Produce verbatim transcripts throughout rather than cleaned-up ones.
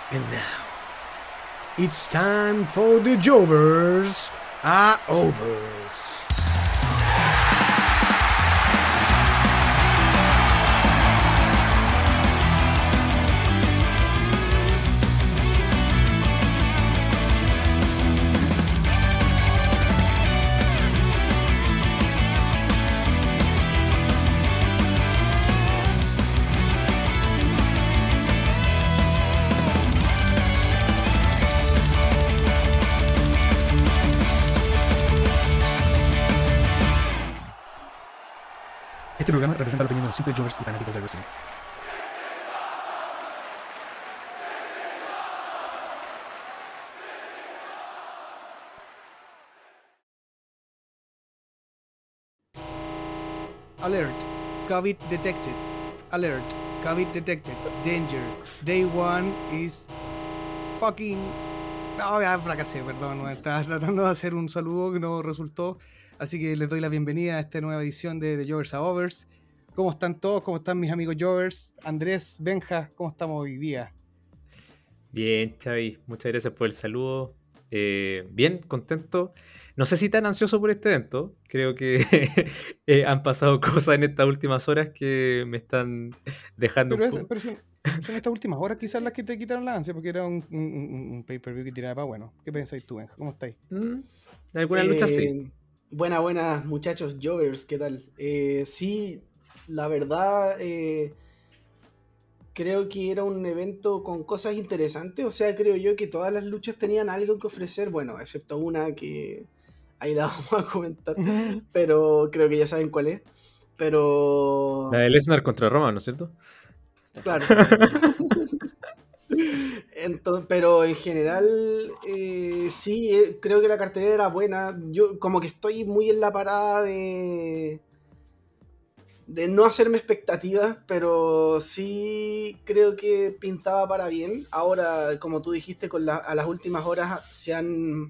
And now, it's time for the Jovers are overs. Este programa representa la opinión de los simples Jovers y fanáticos del wrestling. Alert. COVID detected. Alert. COVID detected. Danger. Day one is fucking... No, ya fracasé, perdón. No, estaba tratando de hacer un saludo que no resultó. Así que les doy la bienvenida a esta nueva edición de The Jovers are Overs. ¿Cómo están todos? ¿Cómo están mis amigos Jovers? Andrés, Benja, ¿cómo estamos hoy día? Bien, Xavi, muchas gracias por el saludo. Eh, bien, contento. No sé si tan ansioso por este evento. Creo que eh, han pasado cosas en estas últimas horas que me están dejando Pero, un es, poco... pero son, son estas últimas horas quizás las que te quitaron la ansia, porque era un, un, un, un pay-per-view que tiraba para bueno. ¿Qué pensáis tú, Benja? ¿Cómo estáis? Mm, algunas eh, luchas sí. Buenas, buenas muchachos Jovers, ¿qué tal? Eh, sí, la verdad, eh, creo que era un evento con cosas interesantes. O sea, creo yo que todas las luchas tenían algo que ofrecer. Bueno, excepto una que ahí la vamos a comentar, pero creo que ya saben cuál es. Pero... La de Lesnar contra Roman, ¿no es cierto? Claro. Entonces, pero en general eh, sí, eh, creo que la cartelera era buena. Yo como que estoy muy en la parada de de no hacerme expectativas, pero sí creo que pintaba para bien. Ahora, como tú dijiste, con la, a las últimas horas se han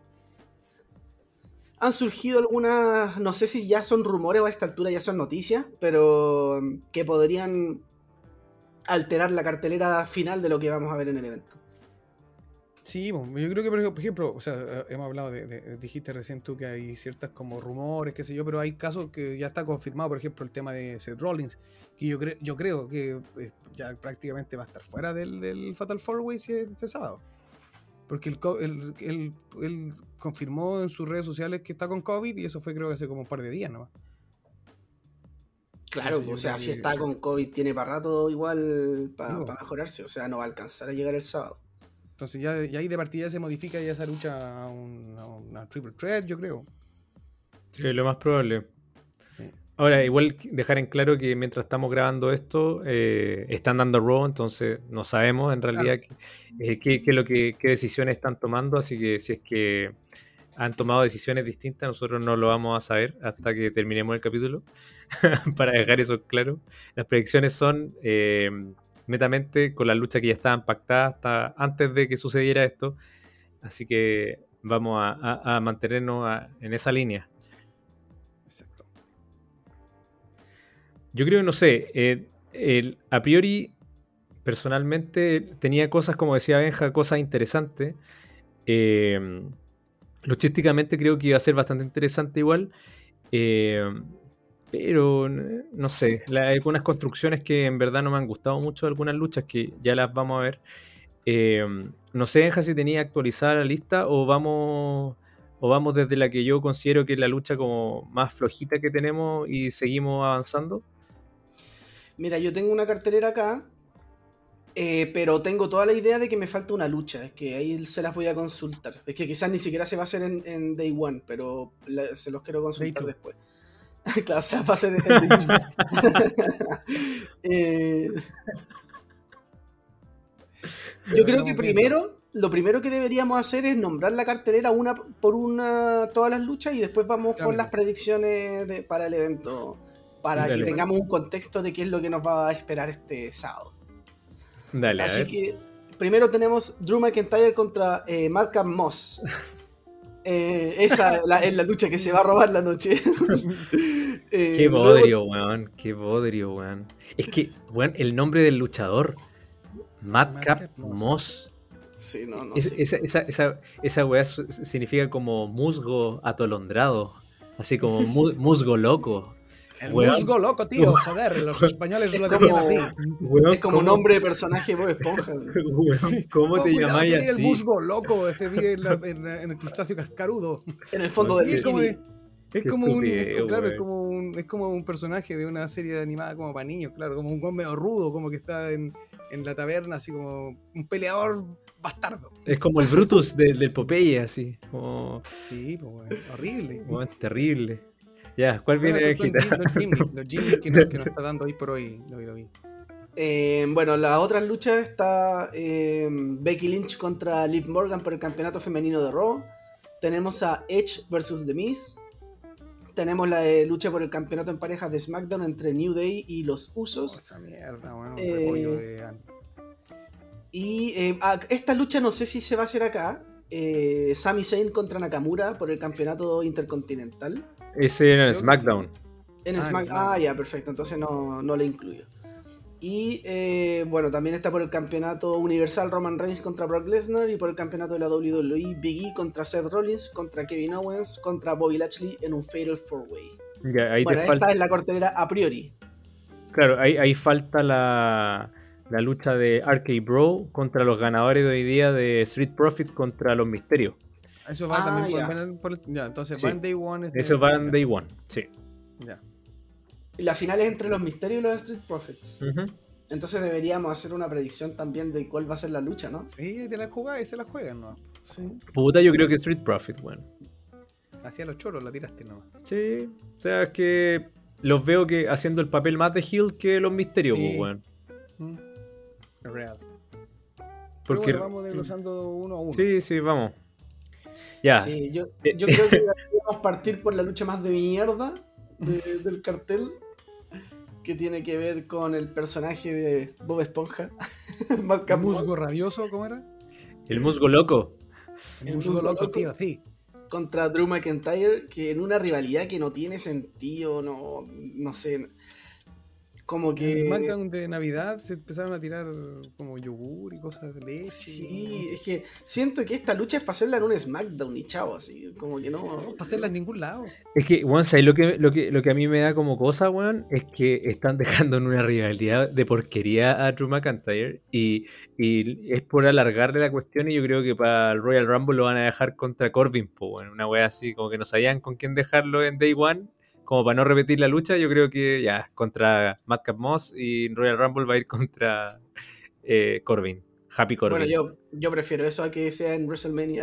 han surgido algunas, no sé si ya son rumores o a esta altura ya son noticias, pero que podrían alterar la cartelera final de lo que vamos a ver en el evento. Sí, yo creo que por ejemplo, o sea, hemos hablado de, de, dijiste recién tú que hay ciertas como rumores, qué sé yo, pero hay casos que ya está confirmado, por ejemplo, el tema de Seth Rollins, que yo, cre yo creo que ya prácticamente va a estar fuera del, del Fatal four Way este sábado, porque él el, el, el confirmó en sus redes sociales que está con COVID y eso fue creo que hace como un par de días nomás. Claro, o sea, si está con COVID tiene para rato igual para sí, pa mejorarse, o sea, no va a alcanzar a llegar el sábado. Entonces ya, ya ahí de partida se modifica ya esa lucha a, un, a una triple threat, yo creo. Sí, lo más probable. Sí. Ahora, igual dejar en claro que mientras estamos grabando esto, eh, están dando Raw, entonces no sabemos en realidad claro. qué, eh, qué, qué, lo que, qué decisiones están tomando, así que si es que han tomado decisiones distintas, nosotros no lo vamos a saber hasta que terminemos el capítulo, para dejar eso claro. Las predicciones son... Eh, netamente con la lucha que ya estaban pactadas hasta antes de que sucediera esto, así que vamos a, a, a mantenernos a, en esa línea. Exacto. Yo creo, no sé, eh, el, a priori personalmente tenía cosas, como decía Benja, cosas interesantes. Eh, luchísticamente creo que iba a ser bastante interesante igual. Eh, Pero, no sé, la, hay algunas construcciones que en verdad no me han gustado mucho, algunas luchas que ya las vamos a ver. Eh, no sé, Benja, si tenía actualizada la lista o vamos, o vamos desde la que yo considero que es la lucha como más flojita que tenemos y seguimos avanzando. Mira, yo tengo una cartelera acá, eh, pero tengo toda la idea de que me falta una lucha. Es que ahí se las voy a consultar. Es que quizás ni siquiera se va a hacer en, en Day One, pero la, se los quiero consultar después. Claro, se la va a hacer en el eh, Yo creo que primero, lo primero que deberíamos hacer es nombrar la cartelera una por una, todas las luchas, y después vamos claro. con las predicciones de, para el evento, para Dale, que tengamos un contexto de qué es lo que nos va a esperar este sábado. Dale, Así que primero tenemos Drew McIntyre contra eh, Malcolm Moss. Eh, esa la, es la lucha que se va a robar la noche. eh, qué bodrio, luego... weón. Qué bodrio, weón. Es que, weón, el nombre del luchador. Madcap Madcap Moss. Moss. Sí, no, no Es- sé. esa, esa, esa, esa weá su- significa como musgo atolondrado. Así como mu- musgo loco. El Weón. musgo loco, tío. Joder, los españoles Es lo como- decían así. Weón, Es como ¿cómo- nombre de personaje de Bob Esponja. así. weón, Sí. ¿Cómo Oh, te cuidado, llamáis tenía así? el musgo loco ese día en, la- en la- en el crustáceo cascarudo. En el fondo Sí, del es como bikini. de- Es Qué como, un, es estupidez, como- claro, es güey. como un, es como un personaje de una serie animada como para niños, claro, como un güey medio rudo, como que está en, en la taberna, así como un peleador bastardo. Es como el Brutus de- del Popeye, así. Como, Sí, pues güey, horrible. weón, terrible. Ya, ¿cuál Bueno, viene, esos son Gita? Jim- los Jimmy, los Jimmy que, nos, que nos está dando hoy por hoy, W W E. Eh, bueno, las otras luchas está eh, Becky Lynch contra Liv Morgan por el campeonato femenino de Raw. Tenemos a Edge versus The Miz. Tenemos la de lucha por el campeonato en parejas de SmackDown entre New Day y los Oh, Usos. esa mierda, bueno, un Eh, repollo de... Y eh, a- esta lucha no sé si se va a hacer acá. Eh, Sami Zayn contra Nakamura por el campeonato intercontinental. Ese era en Creo que SmackDown. En Ah, en Smack- SmackDown. ah, ya, perfecto. Entonces no, no le incluyo. Y eh, bueno, también está por el campeonato universal Roman Reigns contra Brock Lesnar y por el campeonato de la W W E Big E contra Seth Rollins, contra Kevin Owens, contra Bobby Lashley en un Fatal four way. Ya, ahí Bueno, te esta falta. es la cartelera a priori. Claro, ahí, ahí falta la, la lucha de R K Bro contra los ganadores de hoy día de Street Profit contra los Misterios. Eso va Ah, también por, ya. van en- por- ya, entonces Sí. va en Day One. este- Eso va en Day One, sí. Ya. La final es entre los Misterios y los Street Profits. Ujú. Entonces deberíamos hacer una predicción también de cuál va a ser la lucha, ¿no? Sí, te la jugás y se la juegan, ¿no? Sí. Puta, yo creo que Street Profit, bueno. Hacia los choros la tiraste nomás. Sí, o sea, es que los veo que haciendo el papel más de heel que los Misterios, Sí. pues, weón. Mm. Es real. Porque, Pero bueno, vamos desglosando uno a uno. sí, sí, vamos. Ya, Sí, yo, Eh, yo creo que deberíamos partir por la lucha más de mierda de- del cartel, que tiene que ver con el personaje de Bob Esponja. Malcolm Musgo rabioso, ¿cómo era? el musgo loco. El El musgo musgo loco, loco. tío, sí. contra Drew McIntyre, que en una rivalidad que no tiene sentido, no, no sé, como En que... SmackDown de Navidad se empezaron a tirar como yogur y cosas de leche. Sí, es que siento que esta lucha es para hacerla en un SmackDown y chao, así, como que no... No, para hacerla en ningún lado. Es que, weón, ¿sabes? Lo que, lo, que, lo que a mí me da como cosa, weón, es que están dejando en una rivalidad de porquería a Drew McIntyre y, y es por alargarle la cuestión y yo creo que para el Royal Rumble lo van a dejar contra Corbin, po, weón, una wea así, como que no sabían con quién dejarlo en Day One, como para no repetir la lucha, yo creo que ya, contra Madcap Moss y en Royal Rumble va a ir contra eh, Corbin, Happy Corbin. Bueno, yo, yo prefiero eso a que sea en WrestleMania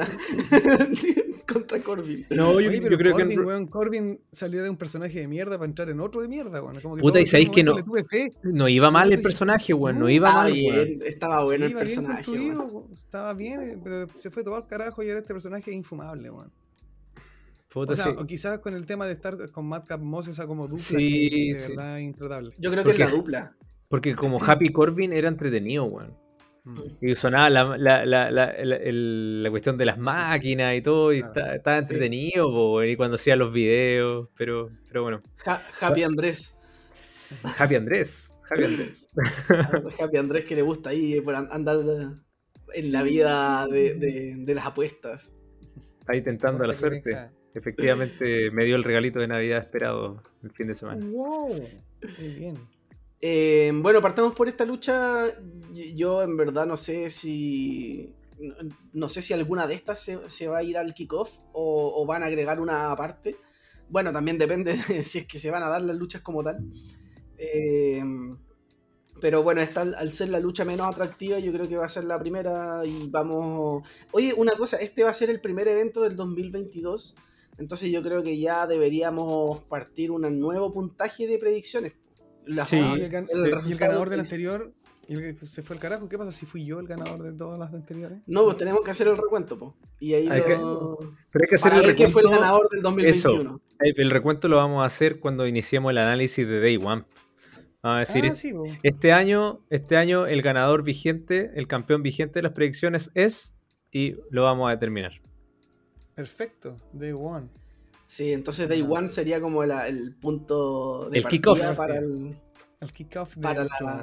contra Corbin. No, yo, Oye, yo pero creo Corbin, que... en- weón, Corbin salió de un personaje de mierda para entrar en otro de mierda, weón. Como que Puta, todo- ¿y sabéis todo que momento no? le tuve fe. No iba mal Yo el dije, personaje, weón, no no, iba Estaba mal, weón. bien, estaba bueno Sí, el iba bien personaje. construido, weón. weón. Estaba bien, eh, pero se fue todo al carajo y ahora este personaje es infumable, weón. Puta, O sea, sí. o quizás con el tema de estar con Madcap Moss, esa como dupla, Sí, que es de sí. verdad intratable. Yo creo que es Porque- la dupla. Porque como Happy Corbin era entretenido, weón. Mm. Y sonaba la, la, la, la, la- el- la cuestión de las máquinas y todo, y Claro. está- estaba entretenido, po, weón, y cuando hacía los videos, pero, pero bueno. Ja- Happy Andrés. Happy Andrés, Happy Andrés. Happy Andrés que le gusta ahí por an- andar en la vida de, de- de las apuestas. Ahí tentando la Importa que suerte. venga. Efectivamente me dio el regalito de Navidad esperado el fin de semana. Wow, muy bien. Eh, bueno, partamos por esta lucha. Y- Yo en verdad no sé si. No, no sé si alguna de estas se, se va a ir al kickoff o, o van a agregar una aparte. Bueno, también depende de si es que se van a dar las luchas como tal. Eh, pero bueno, esta al al ser la lucha menos atractiva, yo creo que va a ser la primera. Y vamos. Oye, una cosa, este va a ser el primer evento del dos mil veintidós. Entonces yo creo que ya deberíamos partir un nuevo puntaje de predicciones. La- Sí. Ah, y el, gan- el y el resultado ganador del que- anterior y el que se fue al carajo. ¿Qué pasa si fui yo el ganador de todas las anteriores? No, pues tenemos que hacer el recuento, po. Y ahí Hay lo... que- Pero hay que hacer para el ver quién fue el recuento. ganador del dos mil veintiuno. El, el recuento lo vamos a hacer cuando iniciemos el análisis de Day One. Vamos a decir, Ah, es- sí, po. este año, este año el ganador vigente, el campeón vigente de las predicciones es, y lo vamos a determinar. Perfecto. Day one. Sí, entonces Day One sería como la- el punto de El partida kickoff. para el... El kickoff de Para nuestro la-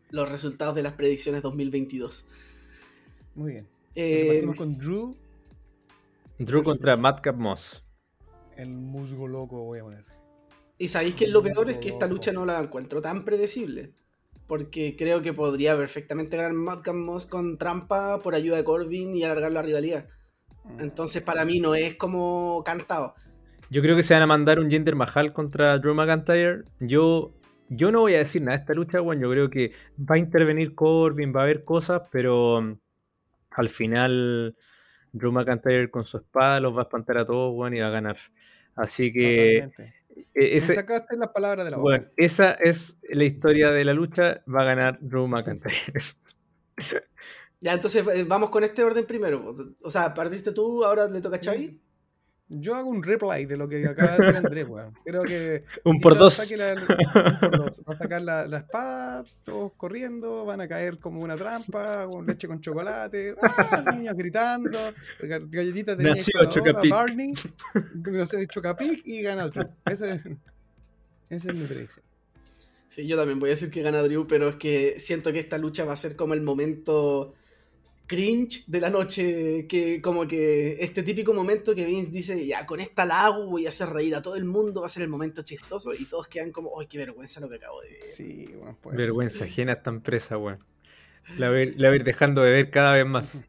los resultados de las predicciones dos mil veintidós. Muy bien. Eh, Partimos con Drew. Drew contra Madcap Moss. El musgo loco voy a poner. y sabéis que lo peor es que esta lucha no la encuentro tan predecible. Porque creo que podría perfectamente ganar Madcap Moss con trampa por ayuda de Corbin y alargar la rivalidad. Entonces para mí no es como cantado. Yo creo que se van a mandar un Jinder Mahal contra Drew McIntyre. Yo, yo no voy a decir nada de esta lucha, bueno, yo creo que va a intervenir Corbin, va a haber cosas, pero um, al final Drew McIntyre con su espada los va a espantar a todos, bueno, y va a ganar. Así que Totalmente. eh, ese, Me sacaste las palabras de la boca. bueno, esa es la historia de la lucha, va a ganar Drew McIntyre. Ya, entonces eh, vamos con este orden primero. O sea, partiste tú, ahora le toca a Xavi. Yo hago un replay de lo que acaba de decir Andrés, weón. Creo que Un por quizás dos. saque la- un por dos. Va a sacar la, la espada, todos corriendo, van a caer como una trampa, con leche con chocolate, ¡ah! Niños gritando, ga- galletitas de Nació niña exploradora, Chocapic. Barney, nació Chocapic y gana el Drew. Ese, esa es mi predicción. Sí, yo también voy a decir que gana Drew, pero es que siento que esta lucha va a ser como el momento cringe de la noche, que como que este típico momento que Vince dice, ya con esta la hago, voy a hacer reír a todo el mundo, va a ser el momento chistoso y todos quedan como, ¡ay, qué vergüenza lo que acabo de ver! Sí, bueno, pues. Vergüenza ajena esta empresa, weón. La va a ir- la va a ir dejando de ver cada vez más.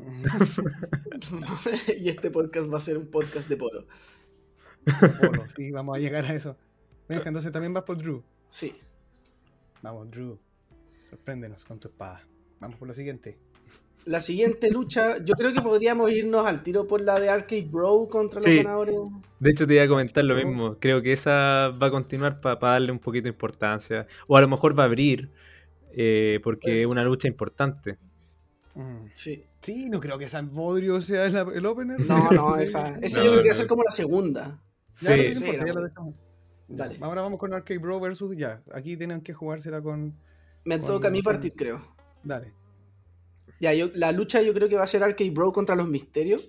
Y este podcast va a ser un podcast de polo. Polo, sí, vamos a llegar a eso. Venga, entonces también vas por Drew. Sí. Vamos, Drew. Sorpréndenos con tu espada. Vamos por lo siguiente. La siguiente lucha, yo creo que podríamos irnos al tiro por la de Arcade Bro contra los Sí. ganadores. De hecho, te iba a comentar lo mismo. Creo que esa va a continuar para darle un poquito de importancia. O a lo mejor va a abrir, eh, porque Pues- es una lucha importante. Mm. Sí. Sí, no creo que San Bodrio sea el, el opener. No, no, esa, esa No, yo creo que va a no. ser como la segunda. Ya, pero Sí. no Sí, importa, ya no. lo dejamos. Dale. Ahora vamos con Arcade Bro versus ya. Aquí tienen que jugársela con. Me Con- toca a mí con- partir, creo. Dale. Ya, yo, la lucha yo creo que va a ser Arcade Bro contra los Misterios.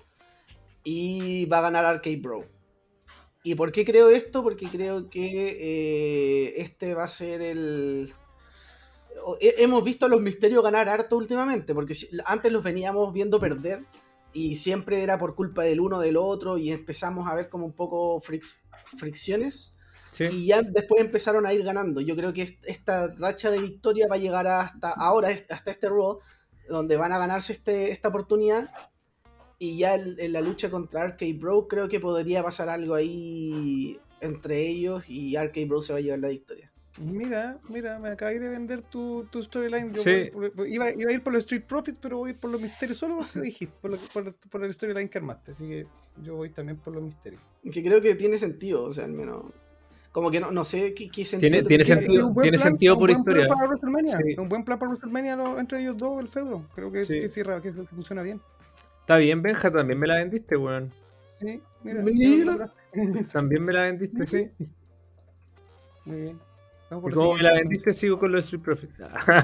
Y va a ganar Arcade Bro. ¿Y por qué creo esto? Porque creo que eh, este va a ser el... o- he- Hemos visto a los Misterios ganar harto últimamente, porque si- antes los veníamos viendo perder y siempre era por culpa del uno del otro y empezamos a ver como un poco fric- fricciones. Sí. Y ya después empezaron a ir ganando. Yo creo que est- esta racha de victoria va a llegar hasta ahora, est- hasta este Raw, donde van a ganarse este, esta oportunidad. Y ya en, en la lucha contra Arcade Bro, creo que podría pasar algo ahí entre ellos y Arcade Bro se va a llevar la victoria. Mira, mira, me acabé de vender tu, tu storyline. Yo Sí. voy por- iba, iba a ir por los Street Profits, pero voy a ir por los misterios solo porque lo dijiste, por, lo- por, por el storyline que armaste. Así que yo voy también por los misterios. Que creo que tiene sentido, o sea, al menos. Como que no, no sé qué, qué sentido. Tiene- tiene tendría. sentido. Es un buen tiene plan- sentido un por buen historia. plan para WrestleMania. Sí. Es un buen plan para WrestleMania lo- entre ellos dos, el feudo. Creo que, Sí. que, cierra, que, que funciona bien. Está bien, Benja, también me la vendiste, weón. Sí, mira. Mira. También me la vendiste, sí. Muy bien. Vamos Y por lo como me la siguiente, vendiste, sigo con los Street Profits.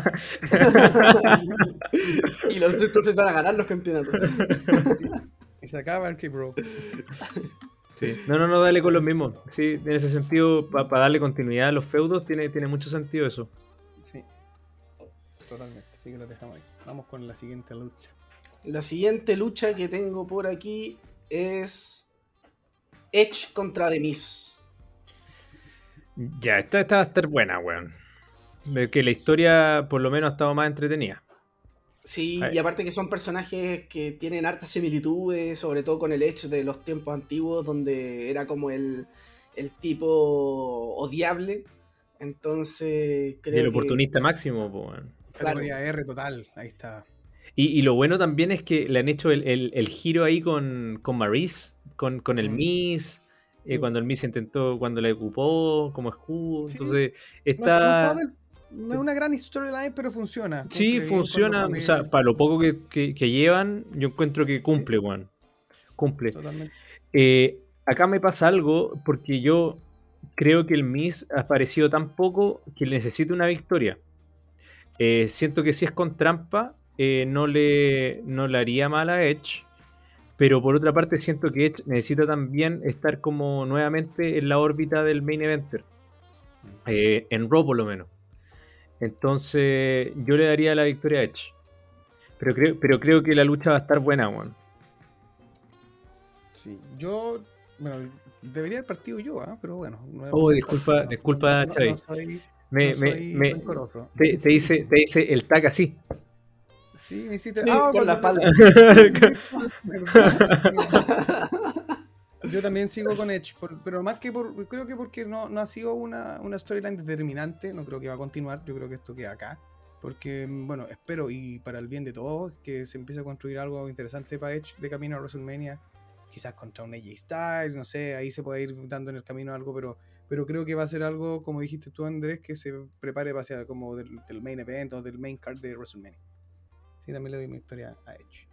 Y los Street Profits van a ganar los campeonatos. entonces. Y se acaba Arcade Bro. Sí. No, no, no, dale con los mismos. Sí, en ese sentido, para darle continuidad a los feudos, tiene, tiene mucho sentido eso. Sí. Totalmente. Así que lo dejamos ahí. Vamos con la siguiente lucha. La siguiente lucha que tengo por aquí es Edge contra The Miz. Ya, esta, esta va a estar buena, weón. Veo que la historia, por lo menos, ha estado más entretenida. Sí, Ay. y aparte que son personajes que tienen hartas similitudes, sobre todo con el Edge de los tiempos antiguos, donde era como el, el tipo odiable. Entonces, Y creo el que... oportunista máximo, po, weón. Categoría R total. Ahí está. Y, y lo bueno también es que le han hecho el, el- el giro ahí con, con Maryse, con, con el Mm. Miz, eh, Mm. cuando el Miz intentó, cuando la ocupó como escudo. Sí. Entonces, No, no, está... está del- no es una gran storyline, pero funciona. Sí, Cumple bien con funciona. los O papeles. sea, para lo poco que, que- que llevan, yo encuentro que cumple, weón. Cumple. Totalmente. Eh, acá me pasa algo porque yo creo que el Miz ha aparecido tan poco que necesita una victoria. Eh, siento que si es con trampa, eh, no, le, no le haría mal a Edge. Pero por otra parte, siento que Edge necesita también estar como nuevamente en la órbita del main eventer. Eh, en Raw, por lo menos. Entonces, yo le daría la victoria a Edge. Pero creo, pero creo que la lucha va a estar buena, weón. Sí, yo, bueno, debería haber partido yo, ¿ah? Pero bueno. No, oh, disculpa, no, disculpa, no, Chavi. No, no soy, me, no me, soy me, te, te, dice, te dice el tag así. Sí, me hiciste. Sí, ah, con la espalda. Yo también sigo con Edge, por, pero más que por. Creo que porque no, no ha sido una, una storyline determinante, no creo que va a continuar. Yo creo que esto queda acá. Porque, bueno, espero, y para el bien de todos, que se empiece a construir algo interesante para Edge de camino a WrestleMania. Quizás contra un A J Styles, no sé, ahí se puede ir dando en el camino algo, pero, pero creo que va a ser algo, como dijiste tú, Andrés, que se prepare para ser como del, del main event o del main card de WrestleMania. Sí, también le doy mi victoria a Edge.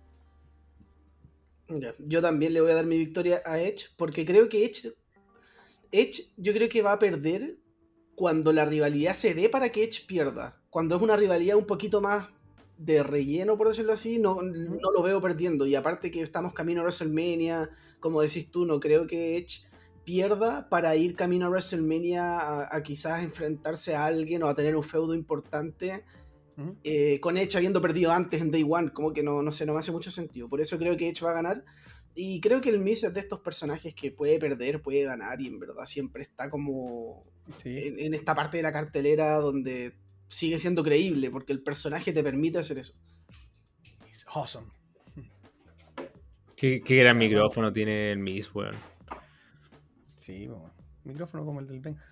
Ya, yo también le voy a dar mi victoria a Edge, porque creo que Edge, Edge yo creo que va a perder cuando la rivalidad se dé para que Edge pierda. Cuando es una rivalidad un poquito más de relleno, por decirlo así, no, no lo veo perdiendo. Y aparte que estamos camino a WrestleMania, como decís tú, no creo que Edge pierda para ir camino a WrestleMania a, a quizás enfrentarse a alguien o a tener un feudo importante. Uh-huh. Eh, con Edge habiendo perdido antes en Day One, como que no, no sé, no me hace mucho sentido. Por eso creo que Edge va a ganar. Y creo que el Miz es de estos personajes que puede perder, puede ganar, y en verdad siempre está como sí. en, en esta parte de la cartelera donde sigue siendo creíble, porque el personaje te permite hacer eso. It's awesome. Qué, qué gran micrófono bueno. tiene el Miz, weón. Sí, bueno. Micrófono como el del Benja.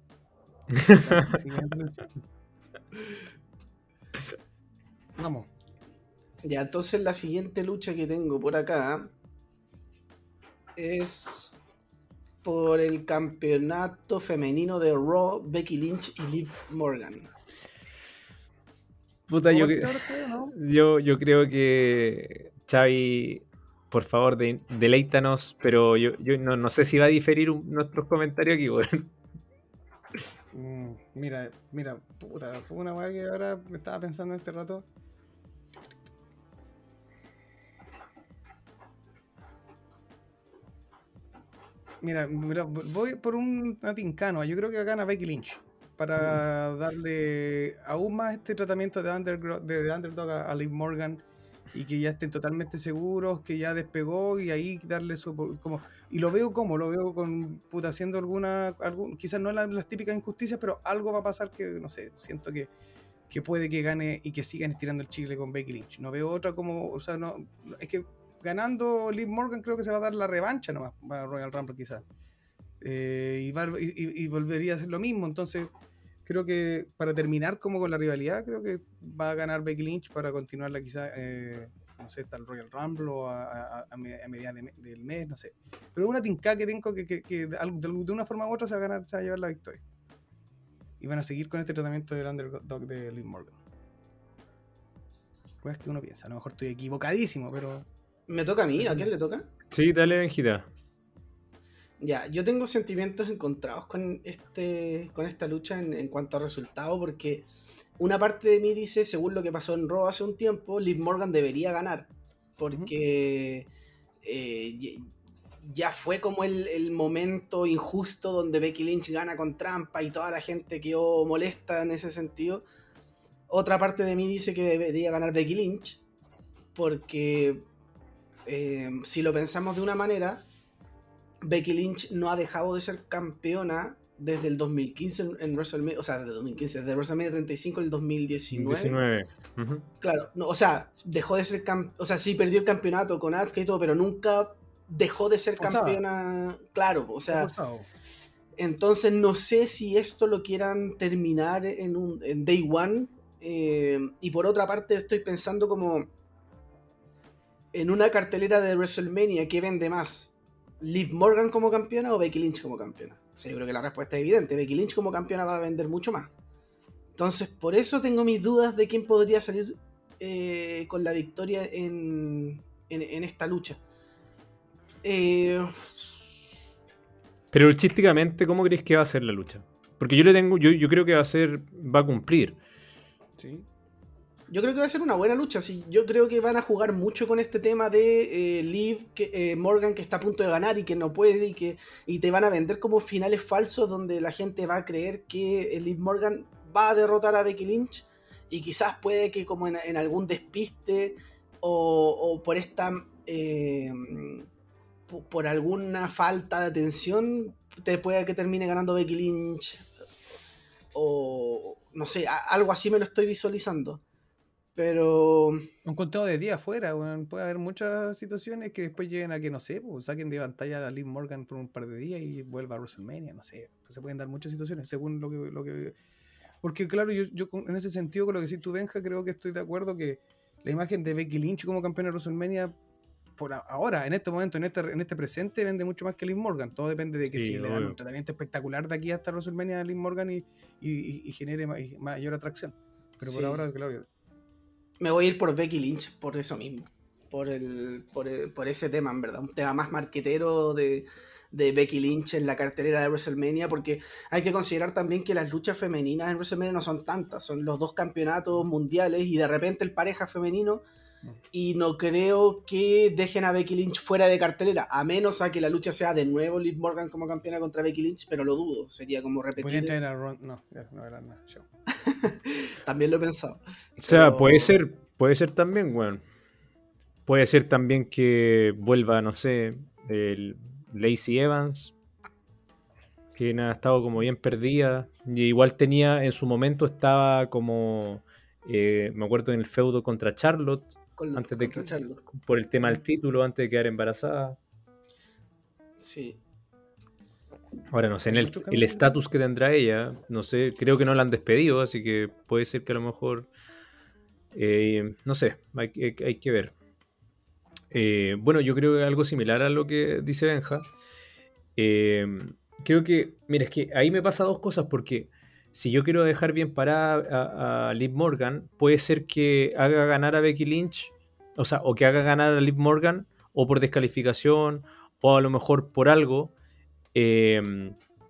Vamos. Ya, entonces la siguiente lucha que tengo por acá es por el campeonato femenino de Raw, Becky Lynch y Liv Morgan. Puta, yo, ¿no? yo, yo creo que Xavi, por favor, de, deleítanos, pero yo, yo no, no sé si va a diferir un, nuestros comentarios aquí, weón. Mm, mira, mira, puta, fue una weá que ahora me estaba pensando en este rato. Mira, mira, voy por un tincano. Yo creo que gana Becky Lynch para darle aún más este tratamiento de, under, de, de underdog a, a Liv Morgan y que ya estén totalmente seguros que ya despegó y ahí darle su como y lo veo como lo veo con puta haciendo alguna algún, quizás no las, las típicas injusticias, pero algo va a pasar que no sé, siento que que puede que gane y que sigan estirando el chicle con Becky Lynch. No veo otra como, o sea, no es que ganando Liv Morgan creo que se va a dar la revancha nomás para Royal Rumble quizás. Eh, y, va, y, y volvería a ser lo mismo. Entonces creo que para terminar como con la rivalidad, creo que va a ganar Becky Lynch para continuarla quizás, eh, no sé, hasta el Royal Rumble o a, a, a, a mediados de, del mes, no sé. Pero una tinca que tengo que, que, que de, de una forma u otra se va a ganar, se va a llevar la victoria. Y van a seguir con este tratamiento del underdog de Liv Morgan. Pues es que uno piensa, a lo mejor estoy equivocadísimo, pero... ¿Me toca a mí? ¿A quién le toca? Sí, dale, Benjita. Ya, yo tengo sentimientos encontrados con este con esta lucha en, en cuanto a resultado, porque una parte de mí dice, según lo que pasó en Raw hace un tiempo, Liv Morgan debería ganar, porque uh-huh. eh, ya fue como el, el momento injusto donde Becky Lynch gana con trampa y toda la gente quedó molesta en ese sentido. Otra parte de mí dice que debería ganar Becky Lynch, porque... Eh, si lo pensamos de una manera, Becky Lynch no ha dejado de ser campeona desde el dos mil quince en, en WrestleMania, o sea, desde dos mil quince, desde WrestleMania treinta y cinco del dos mil diecinueve. diecinueve. Uh-huh. Claro, no, o sea, dejó de ser campeona, o sea, sí perdió el campeonato con Asuka y todo, pero nunca dejó de ser Forzada. campeona, claro, o sea, entonces no sé si esto lo quieran terminar en, un, en Day One, eh, y por otra parte estoy pensando como en una cartelera de WrestleMania, ¿qué vende más? ¿Liv Morgan como campeona o Becky Lynch como campeona? O sea, yo creo que la respuesta es evidente. Becky Lynch como campeona va a vender mucho más. Entonces, por eso tengo mis dudas de quién podría salir eh, con la victoria en, en, en esta lucha. Eh... Pero artísticamente, ¿cómo crees que va a ser la lucha? Porque yo le tengo, yo, yo creo que va a ser, va a cumplir. Sí. Yo creo que va a ser una buena lucha. Sí, yo creo que van a jugar mucho con este tema de eh, Liv que, eh, Morgan que está a punto de ganar y que no puede y que y te van a vender como finales falsos donde la gente va a creer que eh, Liv Morgan va a derrotar a Becky Lynch y quizás puede que como en, en algún despiste o, o por esta eh, por alguna falta de atención te puede que termine ganando Becky Lynch o no sé, a, algo así me lo estoy visualizando. Pero un conteo de días afuera, bueno, puede haber muchas situaciones que después lleguen a que, no sé, pues, saquen de pantalla a Liv Morgan por un par de días y vuelva a WrestleMania, no sé. Pues se pueden dar muchas situaciones según lo que... Lo que porque claro, yo, yo en ese sentido con lo que decís tú, Benja, creo que estoy de acuerdo que la imagen de Becky Lynch como campeona de WrestleMania, por ahora, en este momento, en este, en este presente, vende mucho más que Liv Morgan. Todo depende de que sí, si le dan un tratamiento espectacular de aquí hasta WrestleMania a Liv Morgan y, y, y genere ma- y mayor atracción. Pero sí. por ahora, claro... Me voy a ir por Becky Lynch por eso mismo. Por el, por, el, por ese tema, en verdad. Un tema más marquetero de, de Becky Lynch en la cartelera de WrestleMania. Porque hay que considerar también que las luchas femeninas en WrestleMania no son tantas. Son los dos campeonatos mundiales y de repente el pareja femenino. Y no creo que dejen a Becky Lynch fuera de cartelera. A menos a que la lucha sea de nuevo Liv Morgan como campeona contra Becky Lynch. Pero lo dudo. Sería como repetir. Podrían traer a Ron... No, ya, no era nada. Show. También lo he pensado. O sea, Pero... puede ser, puede ser también, weón. Puede ser también que vuelva, no sé, el Lacey Evans, que ha estado como bien perdida. Y igual tenía, en su momento estaba como, eh, me acuerdo en el feudo contra Charlotte, Con, antes de contra que, Charlotte. por el tema del título, antes de quedar embarazada. Sí. Ahora no sé, en el el estatus que tendrá ella, no sé, creo que no la han despedido, así que puede ser que a lo mejor, eh, no sé, hay, hay, hay que ver. Eh, bueno, yo creo que algo similar a lo que dice Benja. Eh, creo que, mira, es que ahí me pasa dos cosas, porque si yo quiero dejar bien parada a, a Liv Morgan, puede ser que haga ganar a Becky Lynch, o sea, o que haga ganar a Liv Morgan, o por descalificación, o a lo mejor por algo. Eh,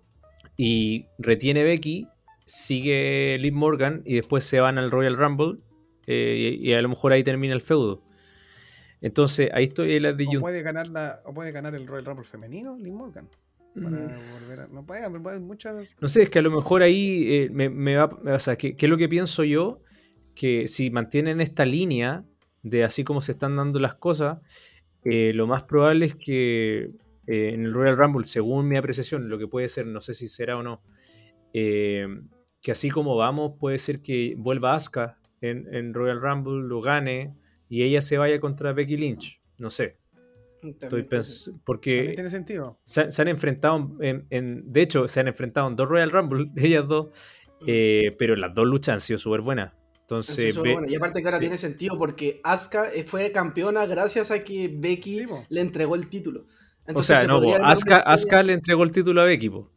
y retiene Becky, sigue Liv Morgan y después se van al Royal Rumble eh, y, y a lo mejor ahí termina el feudo. Entonces ahí estoy en la de o puede ganar la o puede ganar el Royal Rumble femenino Liv Morgan para mm. volver a, no puede, puede muchas no sé, es que a lo mejor ahí eh, me, me va, o sea, ¿qué, qué es lo que pienso yo? Que si mantienen esta línea de así como se están dando las cosas, eh, lo más probable es que Eh, en el Royal Rumble, según mi apreciación, lo que puede ser, no sé si será o no, eh, que así como vamos, puede ser que vuelva Asuka en, en Royal Rumble, lo gane y ella se vaya contra Becky Lynch. No sé. Estoy pens- porque ¿también tiene sentido? Se, se han enfrentado en, en, de hecho, se han enfrentado en dos Royal Rumble, ellas dos, eh, pero las dos luchas han sido súper buenas. Entonces, be- bueno. Y aparte que ahora sí. tiene sentido porque Asuka fue campeona gracias a que Becky sí, le entregó el título. Entonces, o sea, no, Asuka, Asuka le entregó el título a Becky, po.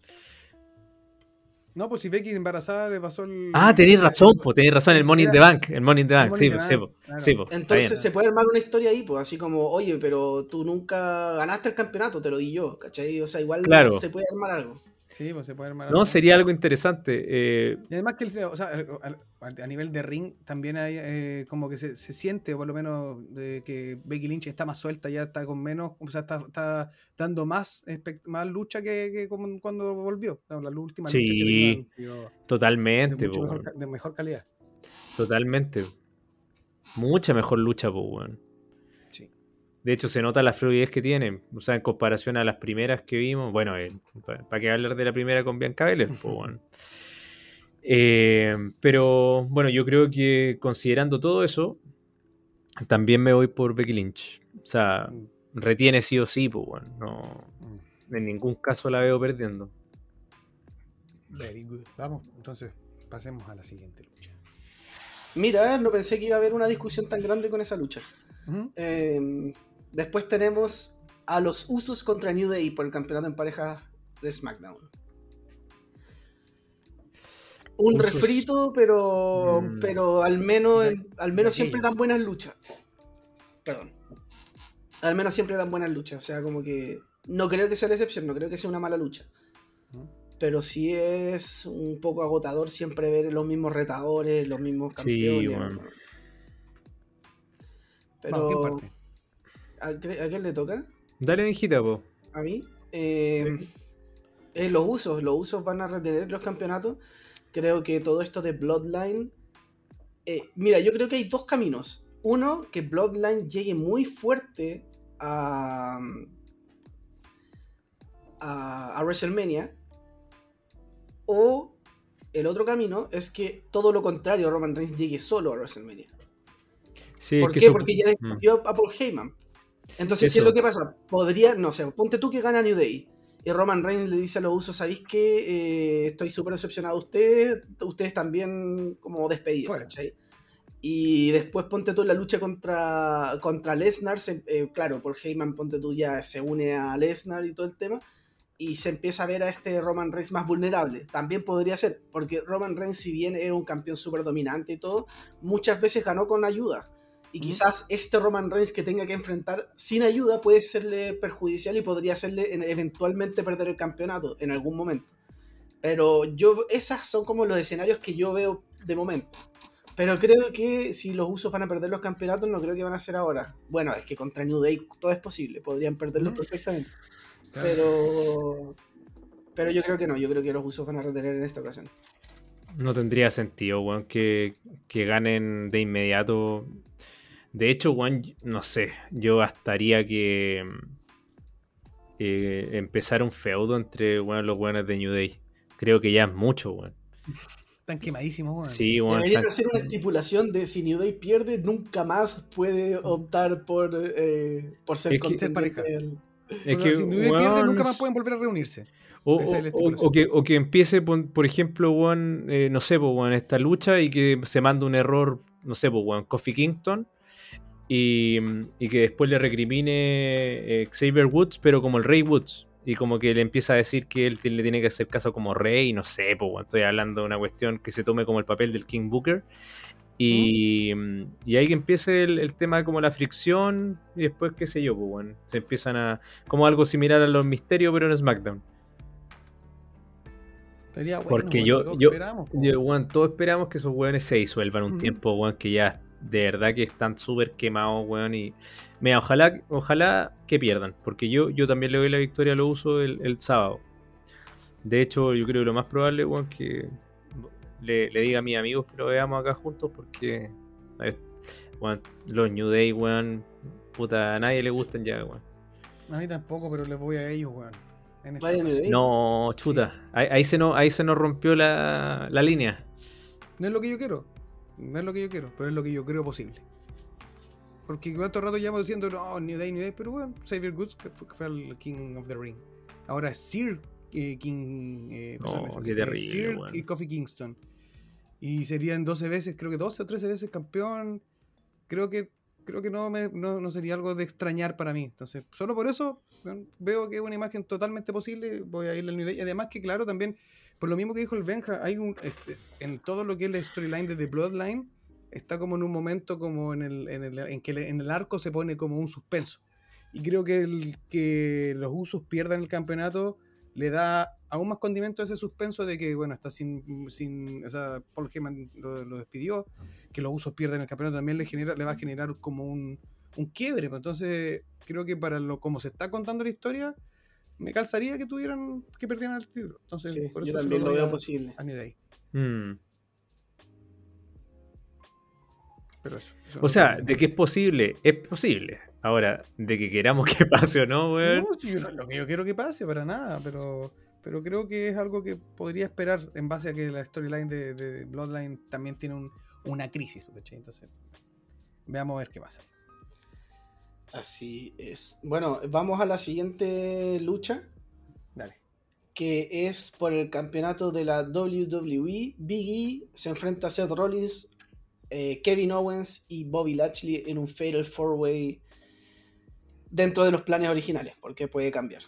No, pues si Becky embarazada le pasó el... Ah, tenéis razón, pues tenéis razón, el Money in the Bank, el Money in the Bank, sí, pues, sí, po, claro. sí, po, entonces se puede armar una historia ahí, pues así como, oye, pero tú nunca ganaste el campeonato, te lo di yo, ¿cachai? O sea, igual claro. se puede armar algo. Sí, pues se puede armar algo. No, sería algo interesante. Eh... Y además que, o sea, a, a nivel de ring también hay eh, como que se, se siente, por lo menos, de que Becky Lynch está más suelta, ya está con menos, o sea, está, está dando más, más lucha que, que como cuando volvió. No, las últimas sí, luchas que tenía han sido totalmente, de, mejor, de mejor calidad. Totalmente. Mucha mejor lucha, pues, weón. Sí. De hecho, se nota la fluidez que tiene. O sea, en comparación a las primeras que vimos. Bueno, eh, ¿para pa qué hablar de la primera con Bianca Belair? Pues, bueno. eh, pero, bueno, yo creo que considerando todo eso, también me voy por Becky Lynch. O sea, retiene sí o sí, pues, bueno. No, en ningún caso la veo perdiendo. Very good. Vamos, entonces, pasemos a la siguiente lucha. Mira, no pensé que iba a haber una discusión tan grande con esa lucha. Uh-huh. Eh, después tenemos a los Usos contra New Day por el campeonato en pareja de SmackDown. Un Usos. refrito, pero mm. pero al menos de, al menos siempre dan buenas luchas. Perdón. Al menos siempre dan buenas luchas. O sea, como que no creo que sea la excepción, no creo que sea una mala lucha. Uh-huh. Pero sí es un poco agotador siempre ver los mismos retadores, los mismos campeones. Sí, bueno. Pero bueno, ¿a, qué, ¿a quién le toca? Dale, Benjita, po. A mí. Eh, sí. eh, los usos, los usos van a retener los campeonatos. Creo que todo esto de Bloodline... Eh, mira, yo creo que hay dos caminos. Uno, que Bloodline llegue muy fuerte a, a, a WrestleMania. O el otro camino es que todo lo contrario, Roman Reigns llegue solo a WrestleMania. Sí, ¿Por es que qué? eso- Porque ya despidió a Paul Heyman. Entonces, ¿qué Eso. es lo que pasa? Podría, no sé, ponte tú que gana New Day. Y Roman Reigns le dice a los usos, ¿sabéis qué? Eh, estoy súper decepcionado de ustedes. Ustedes también como despedidos, Fuera. ¿cachai? Y después ponte tú en la lucha contra, contra Lesnar. se- eh, claro, Paul Heyman, ponte tú ya se une a Lesnar y todo el tema. Y se empieza a ver a este Roman Reigns más vulnerable. También podría ser, porque Roman Reigns, si bien era un campeón súper dominante y todo, muchas veces ganó con ayuda. Y Ujú. quizás este Roman Reigns que tenga que enfrentar sin ayuda puede serle perjudicial y podría hacerle en- eventualmente perder el campeonato en algún momento. Pero yo, esas son como los escenarios que yo veo de momento. Pero creo que si los usos van a perder los campeonatos, no creo que van a ser ahora. Bueno, es que contra New Day todo es posible, podrían perderlos Ujú. perfectamente. Claro. Pero, pero yo creo que no, yo creo que los usos van a retener en esta ocasión. No tendría sentido, weón, que, que ganen de inmediato. De hecho, weón, no sé, yo bastaría que eh, empezar un feudo entre weón, los weones de New Day. Creo que ya es mucho, weón. Están quemadísimos, weón. Sí, weón. Deberían están- hacer una estipulación de si New Day pierde, nunca más puede optar por, eh, por ser Es que- contendiente. pareja. del- Es Pero que, si New Day pierde, weón, nunca más pueden volver a reunirse. O, Esa es la o- estipulación. o que, o que empiece, por, por ejemplo, weón, eh, no sé, pues, weón, esta lucha y que se manda un error, no sé, pues, weón, Kofi Kingston y, y que después le recrimine eh, Xavier Woods, pero como el Rey Woods. Y como que le empieza a decir que él te- le tiene que hacer caso como rey, no sé, pues, weón, estoy hablando de una cuestión que se tome como el papel del King Booker. Y, y ahí que empiece el, el tema como la fricción y después, qué sé yo, pues, weón, se empiezan a... como algo similar a los misterios, pero en SmackDown. Estaría bueno, Porque weón, yo, lo que todos yo, esperamos, po. yo, weón, todos esperamos que esos weones se disuelvan un Ujú. tiempo, weón, que ya de verdad que están súper quemados, weón. Y mira, ojalá, ojalá que pierdan, porque yo, yo también le doy la victoria a lo uso el, el sábado. De hecho, yo creo que lo más probable, weón, que le, le diga a mis amigos que lo veamos acá juntos, porque a ver, weón, los New Day, weón, puta, a nadie le gustan ya, weón. A mí tampoco, pero les voy a ellos, weón. En esta Vaya New ocasión. Day. No, chuta, ahí, ahí se nos, ahí se nos rompió la, la línea. No es lo que yo quiero. No es lo que yo quiero, pero es lo que yo creo posible. Porque cuánto rato llevamos diciendo, no, New Day, New Day, pero bueno, Xavier Woods que fue, que fue el King of the Ring. Ahora es Sir eh, King. Eh, No, personaje, qué eh, terrible, Sir weón. y Kofi Kingston. Y serían doce veces, creo que doce o trece veces campeón. Creo que creo que no, me, no, no sería algo de extrañar para mí. Entonces, solo por eso bueno, veo que es una imagen totalmente posible. Voy a irle al New Day. Y además que, claro, también, por lo mismo que dijo el Benja, hay un este, en todo lo que es la storyline de The Bloodline, está como en un momento como en el, en el, en que le- en el arco se pone como un suspenso. Y creo que, el, que los Usos pierdan el campeonato le da aún más condimento a ese suspenso de que, bueno, está sin, sin o sea, Paul Heyman lo, lo despidió, que los Usos pierden el campeonato también le genera, le va a generar como un, un quiebre. Pues entonces, creo que para lo como se está contando la historia, me calzaría que tuvieran, que perdieran el título. Entonces, Sí, por yo eso se también lo doy veo a- posible. a New Day. Mm. Pero eso, eso O no sea, tiene de que es más. posible, es posible. Ahora, de que queramos que pase o no, weón. No, si yo no es lo que yo quiero que pase, para nada, pero, pero creo que es algo que podría esperar en base a que la storyline de, de Bloodline también tiene un- una crisis, ¿cachai? Entonces, veamos a ver qué pasa. Así es. Bueno, vamos a la siguiente lucha, Dale. que es por el campeonato de la W W E. Big E se enfrenta a Seth Rollins, eh, Kevin Owens y Bobby Lashley en un Fatal four way dentro de los planes originales, porque puede cambiar.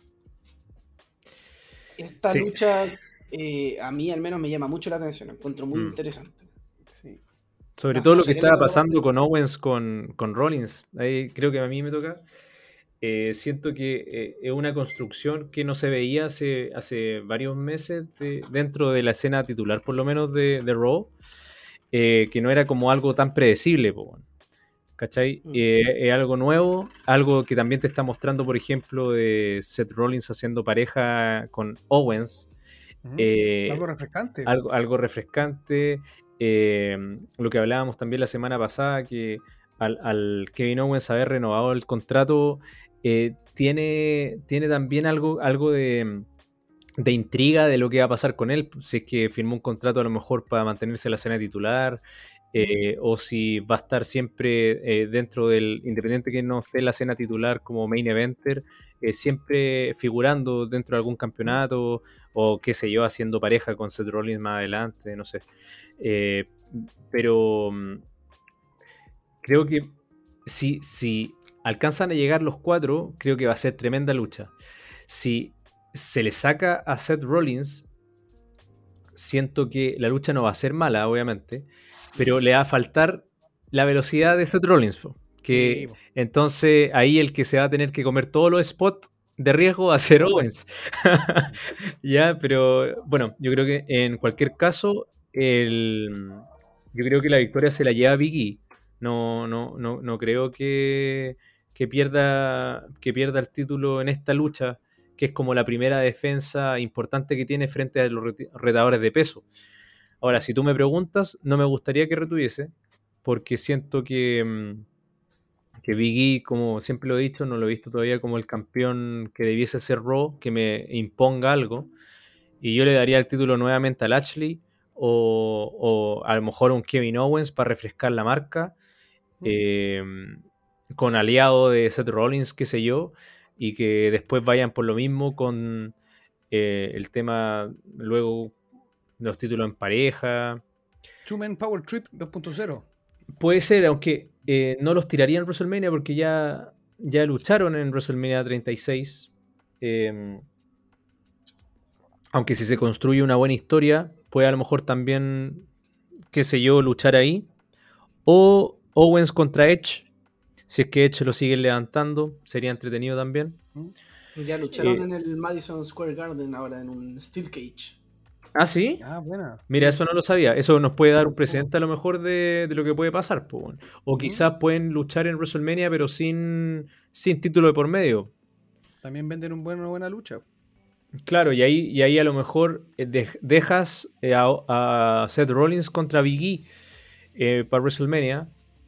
Esta Sí. lucha eh, a mí al menos me llama mucho la atención, la encuentro muy Mm. interesante. Sí. Sobre No, todo no lo sé que qué le estaba toca pasando partir. con Owens con, con Rollins. Ahí creo que a mí me toca. Eh, siento que eh, es una construcción que no se veía hace, hace varios meses de- dentro de la escena titular, por lo menos de, de Raw, eh, que no era como algo tan predecible, po, weón. ¿Cachai? Mm. Eh, es algo nuevo, algo que también te está mostrando, por ejemplo, de Seth Rollins haciendo pareja con Owens, Ujú. Eh, Algo refrescante. algo, algo refrescante. Eh, lo que hablábamos también la semana pasada, que al, al Kevin Owens haber renovado el contrato, eh, tiene, tiene también algo, algo de, de intriga de lo que va a pasar con él. Si es que firmó un contrato a lo mejor para mantenerse en la escena titular, eh, o si va a estar siempre eh, dentro del, independiente que no esté en la escena titular como main eventer, eh, siempre figurando dentro de algún campeonato, o qué sé yo, haciendo pareja con Seth Rollins más adelante, no sé. Eh, pero mm, creo que si, si alcanzan a llegar los cuatro, creo que va a ser tremenda lucha. Si se le saca a Seth Rollins, siento que la lucha no va a ser mala, obviamente, pero le va a faltar la velocidad de Seth Rollins. po, Que Sí, po. entonces ahí el que se va a tener que comer todos los spots de riesgo va a ser Owens. Ya, pero bueno, yo creo que en cualquier caso, el, yo creo que la victoria se la lleva Big E. No, no, no, no creo que, que pierda, que pierda el título en esta lucha, que es como la primera defensa importante que tiene frente a los reti- retadores de peso. Ahora, si tú me preguntas, no me gustaría que retuviese, porque siento que, mm, que Big E, como siempre lo he dicho, no lo he visto todavía como el campeón que debiese ser Raw, que me imponga algo. Y yo le daría el título nuevamente a Lashley, o, o a lo mejor un Kevin Owens para refrescar la marca, eh, con aliado de Seth Rollins, qué sé yo, y que después vayan por lo mismo con eh, el tema luego de los títulos en pareja. Two Men Power Trip dos punto cero. Puede ser, aunque eh, no los tiraría en WrestleMania porque ya, ya lucharon en WrestleMania treinta y seis. Eh, aunque si se construye una buena historia, puede a lo mejor también, qué sé yo, luchar ahí. O Owens contra Edge, si es que Edge lo siguen levantando, sería entretenido también. Ya lucharon Eh, en el Madison Square Garden ahora en un Steel Cage. ¿Ah, sí? Ah, buena. Mira, Sí. eso no lo sabía. Eso nos puede dar un precedente a lo mejor de, de lo que puede pasar. po, weón. O Ujú. quizás pueden luchar en WrestleMania, pero sin, sin título de por medio. También venden un buen, una buena lucha. Claro, y ahí, y ahí a lo mejor eh, dej- dejas eh, a, a Seth Rollins contra Big E eh, para WrestleMania,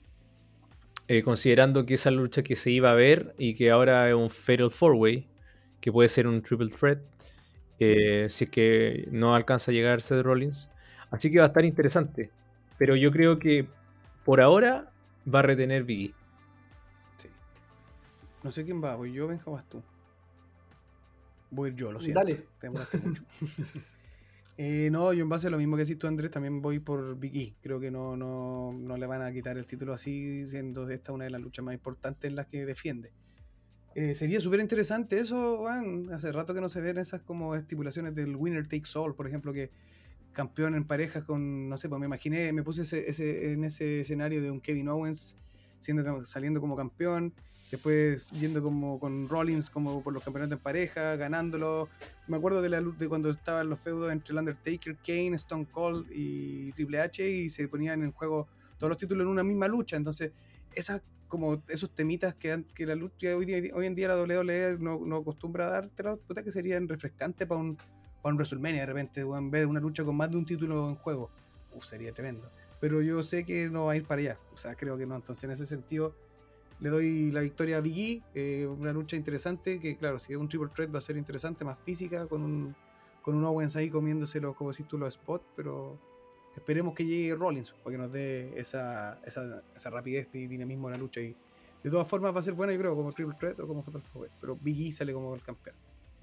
eh, considerando que esa lucha que se iba a ver y que ahora es un Fatal Four Way, que puede ser un Triple Threat, eh, si es que no alcanza a llegar Seth Rollins. Así que va a estar interesante. Pero yo creo que por ahora va a retener Big E. Sí. No sé quién va, voy yo, Benja, vas tú. Voy a ir yo, lo siento. Dale. Te demoraste mucho. Eh, no, yo en base a lo mismo que decís tú, Andrés, también voy por Big E. Creo que no, no, no le van a quitar el título así, siendo esta una de las luchas más importantes en las que defiende. Eh, sería súper interesante eso, Juan. Hace rato que no se ven esas como estipulaciones del winner takes all, por ejemplo, que campeón en parejas con, no sé, pues me imaginé, me puse ese, ese, en ese escenario de un Kevin Owens siendo, saliendo como campeón, después yendo como con Rollins como por los campeonatos en pareja, ganándolo. Me acuerdo de, la, de cuando estaban los feudos entre el Undertaker, Kane, Stone Cold y Triple H y se ponían en juego todos los títulos en una misma lucha. Entonces, esas como esos temitas que, que la lucha hoy, día, hoy en día la W W E no, no acostumbra a dártela, puta que serían refrescantes para un, para un WrestleMania de repente, o en vez de una lucha con más de un título en juego. Uf, sería tremendo. Pero yo sé que no va a ir para allá. O sea, creo que no. Entonces, en ese sentido, le doy la victoria a Big E. Eh, una lucha interesante, que claro, si es un triple threat va a ser interesante, más física, con un, con un Owens ahí comiéndose los, como decís tú, los spots, pero esperemos que llegue Rollins para que nos dé esa, esa, esa rapidez y dinamismo en la lucha. Y de todas formas va a ser buena, yo creo, como triple threat o como fatal four way. Pero Big E sale como el campeón.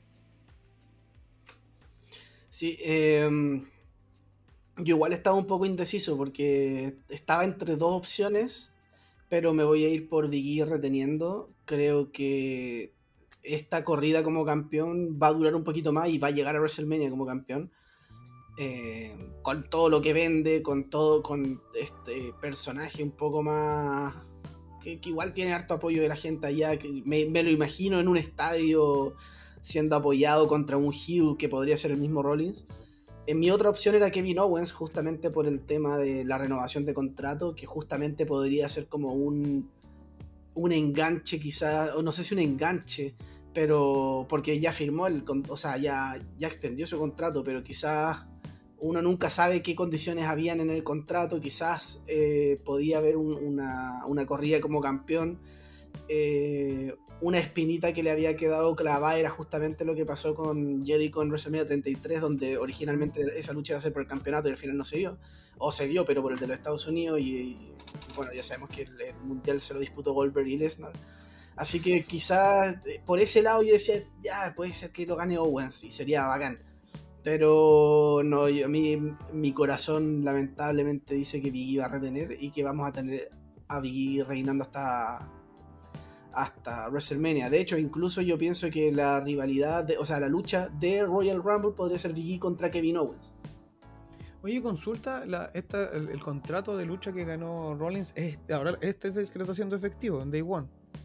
Sí, eh, yo igual estaba un poco indeciso porque estaba entre dos opciones, pero me voy a ir por Big E reteniendo. Creo que esta corrida como campeón va a durar un poquito más y va a llegar a WrestleMania como campeón. Eh, con todo lo que vende, con todo, con este personaje un poco más que, que igual tiene harto apoyo de la gente allá, que me, me lo imagino en un estadio siendo apoyado contra un heel que podría ser el mismo Rollins. En mi otra opción era Kevin Owens, justamente por el tema de la renovación de contrato, que justamente podría ser como un un enganche quizás, o no sé si un enganche, pero porque ya firmó el, o sea, ya, ya extendió su contrato, pero quizás uno nunca sabe qué condiciones habían en el contrato, quizás eh, podía haber un, una, una corrida como campeón, eh, una espinita que le había quedado clavada era justamente lo que pasó con Jericho en WrestleMania treinta y tres, donde originalmente esa lucha iba a ser por el campeonato y al final no se dio, o se dio pero por el de los Estados Unidos, y, y bueno, ya sabemos que el, el mundial se lo disputó Goldberg y Lesnar. Así que quizás por ese lado yo decía, ya, puede ser que lo gane Owens y sería bacán. Pero no, yo, a mí, mi corazón lamentablemente dice que Big E va a retener y que vamos a tener a Big E reinando hasta, hasta WrestleMania. De hecho, incluso yo pienso que la rivalidad, de, o sea, la lucha de Royal Rumble podría ser Big E contra Kevin Owens. Oye, consulta, la, esta, el, el contrato de lucha que ganó Rollins, es, ahora este es el que lo está haciendo efectivo en Day One.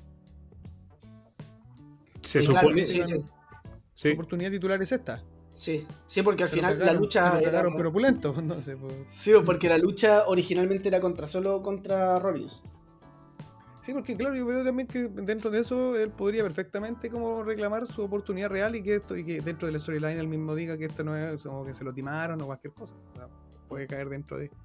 Se Sí, supone. claro, sí, sí. Su oportunidad titular es esta. Sí, sí, porque al Se lo final cagaron, la lucha se lo cagaron, era... pero opulento, no sé, pues. Sí, porque la lucha originalmente era contra solo contra Rollins. Sí, porque claro, yo veo también que dentro de eso él podría perfectamente como reclamar su oportunidad real y que esto y que dentro del storyline él mismo diga que esto no es como que se lo timaron o cualquier cosa. O sea, puede caer dentro de.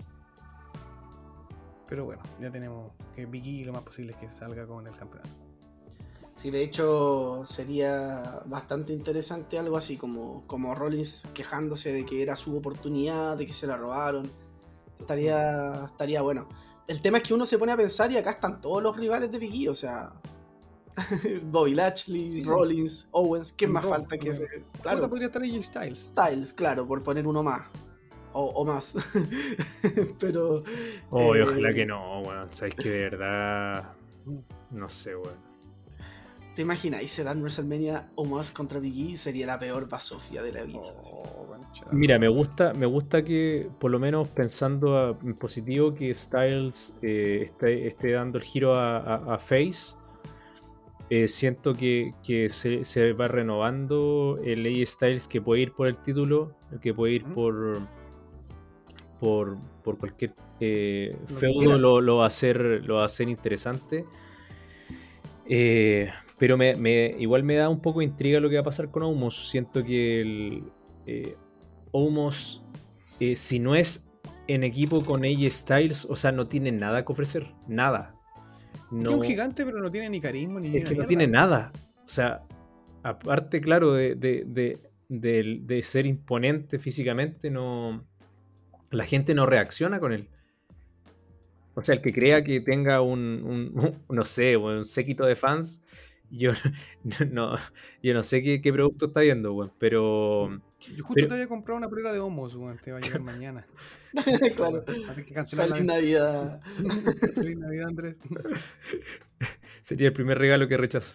Pero bueno, ya tenemos que Big E lo más posible es que salga con el campeonato. Sí, de hecho sería bastante interesante algo así como, como Rollins quejándose de que era su oportunidad, de que se la robaron. Estaría, estaría bueno. El tema es que uno se pone a pensar y acá están todos los rivales de Big E, o sea, Bobby Lashley, Sí. Rollins, Owens, ¿qué más No, falta que no. ese? Claro. Claro, Podría estar A J Styles. Styles, claro, por poner uno más. O, o más. Pero. Oh, eh, ojalá que no, weón. Sabes que de verdad. No sé, weón. ¿Te imaginas? Y se dan WrestleMania o más contra Big E, sería la peor basofia de la vida. así. Oh, concha. Mira, me gusta, me gusta que, por lo menos pensando a- en positivo, que Styles eh, esté, esté dando el giro a, a- a Face. Eh, siento que, que se, se va renovando el A J Styles, que puede ir por el título, el que puede ir Ujú. por por, por cualquier eh, Lo que feudo quiera. lo, lo va a hacer lo va a hacer interesante. Eh, pero me, me- igual me da un poco de intriga lo que va a pasar con Omos. Siento que el eh, Omos, eh, si no es en equipo con A J Styles, o sea, no tiene nada que ofrecer, nada. Es que es No, un gigante, pero no tiene ni carisma ni es ni que una no mierda. tiene nada. O sea, aparte, claro, de, de, de, de- de ser imponente físicamente, no, la gente no reacciona con él. O sea, el que crea que tenga un, un- un- no sé, un séquito de fans, yo no, yo no sé qué, qué producto está viendo, weón, pero, Yo justo pero te había comprado una polera de Homos, weón. Te va a llegar mañana. Claro. Va a tener que cancelarla. Feliz Navidad. Feliz Navidad, Andrés. sería el primer regalo que rechazo.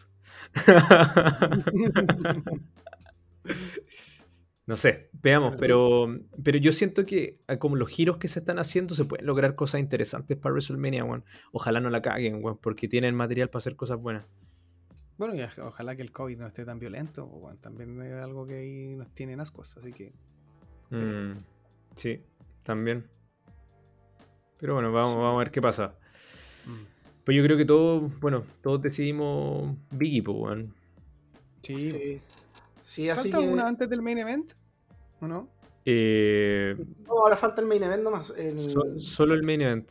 No sé, veamos, pero, pero yo siento que ah, como los giros que se están haciendo se pueden lograr cosas interesantes para WrestleMania, weón. Ojalá no la caguen, weón, porque tienen material para hacer cosas buenas. Bueno, y oja- ojalá que el COVID no esté tan violento, pues, bueno, también es algo que ahí nos tiene en ascuas, así que. Mm, sí, también. Pero bueno, vamos, Sí. vamos a ver qué pasa. mm. Pues yo creo que todos, bueno, todos decidimos Biggie, pues, weón. Sí. Sí. Sí, así ¿Falta que. una antes del main event? ¿O no? Eh, No, ahora falta el main event nomás. El... so- solo el main event.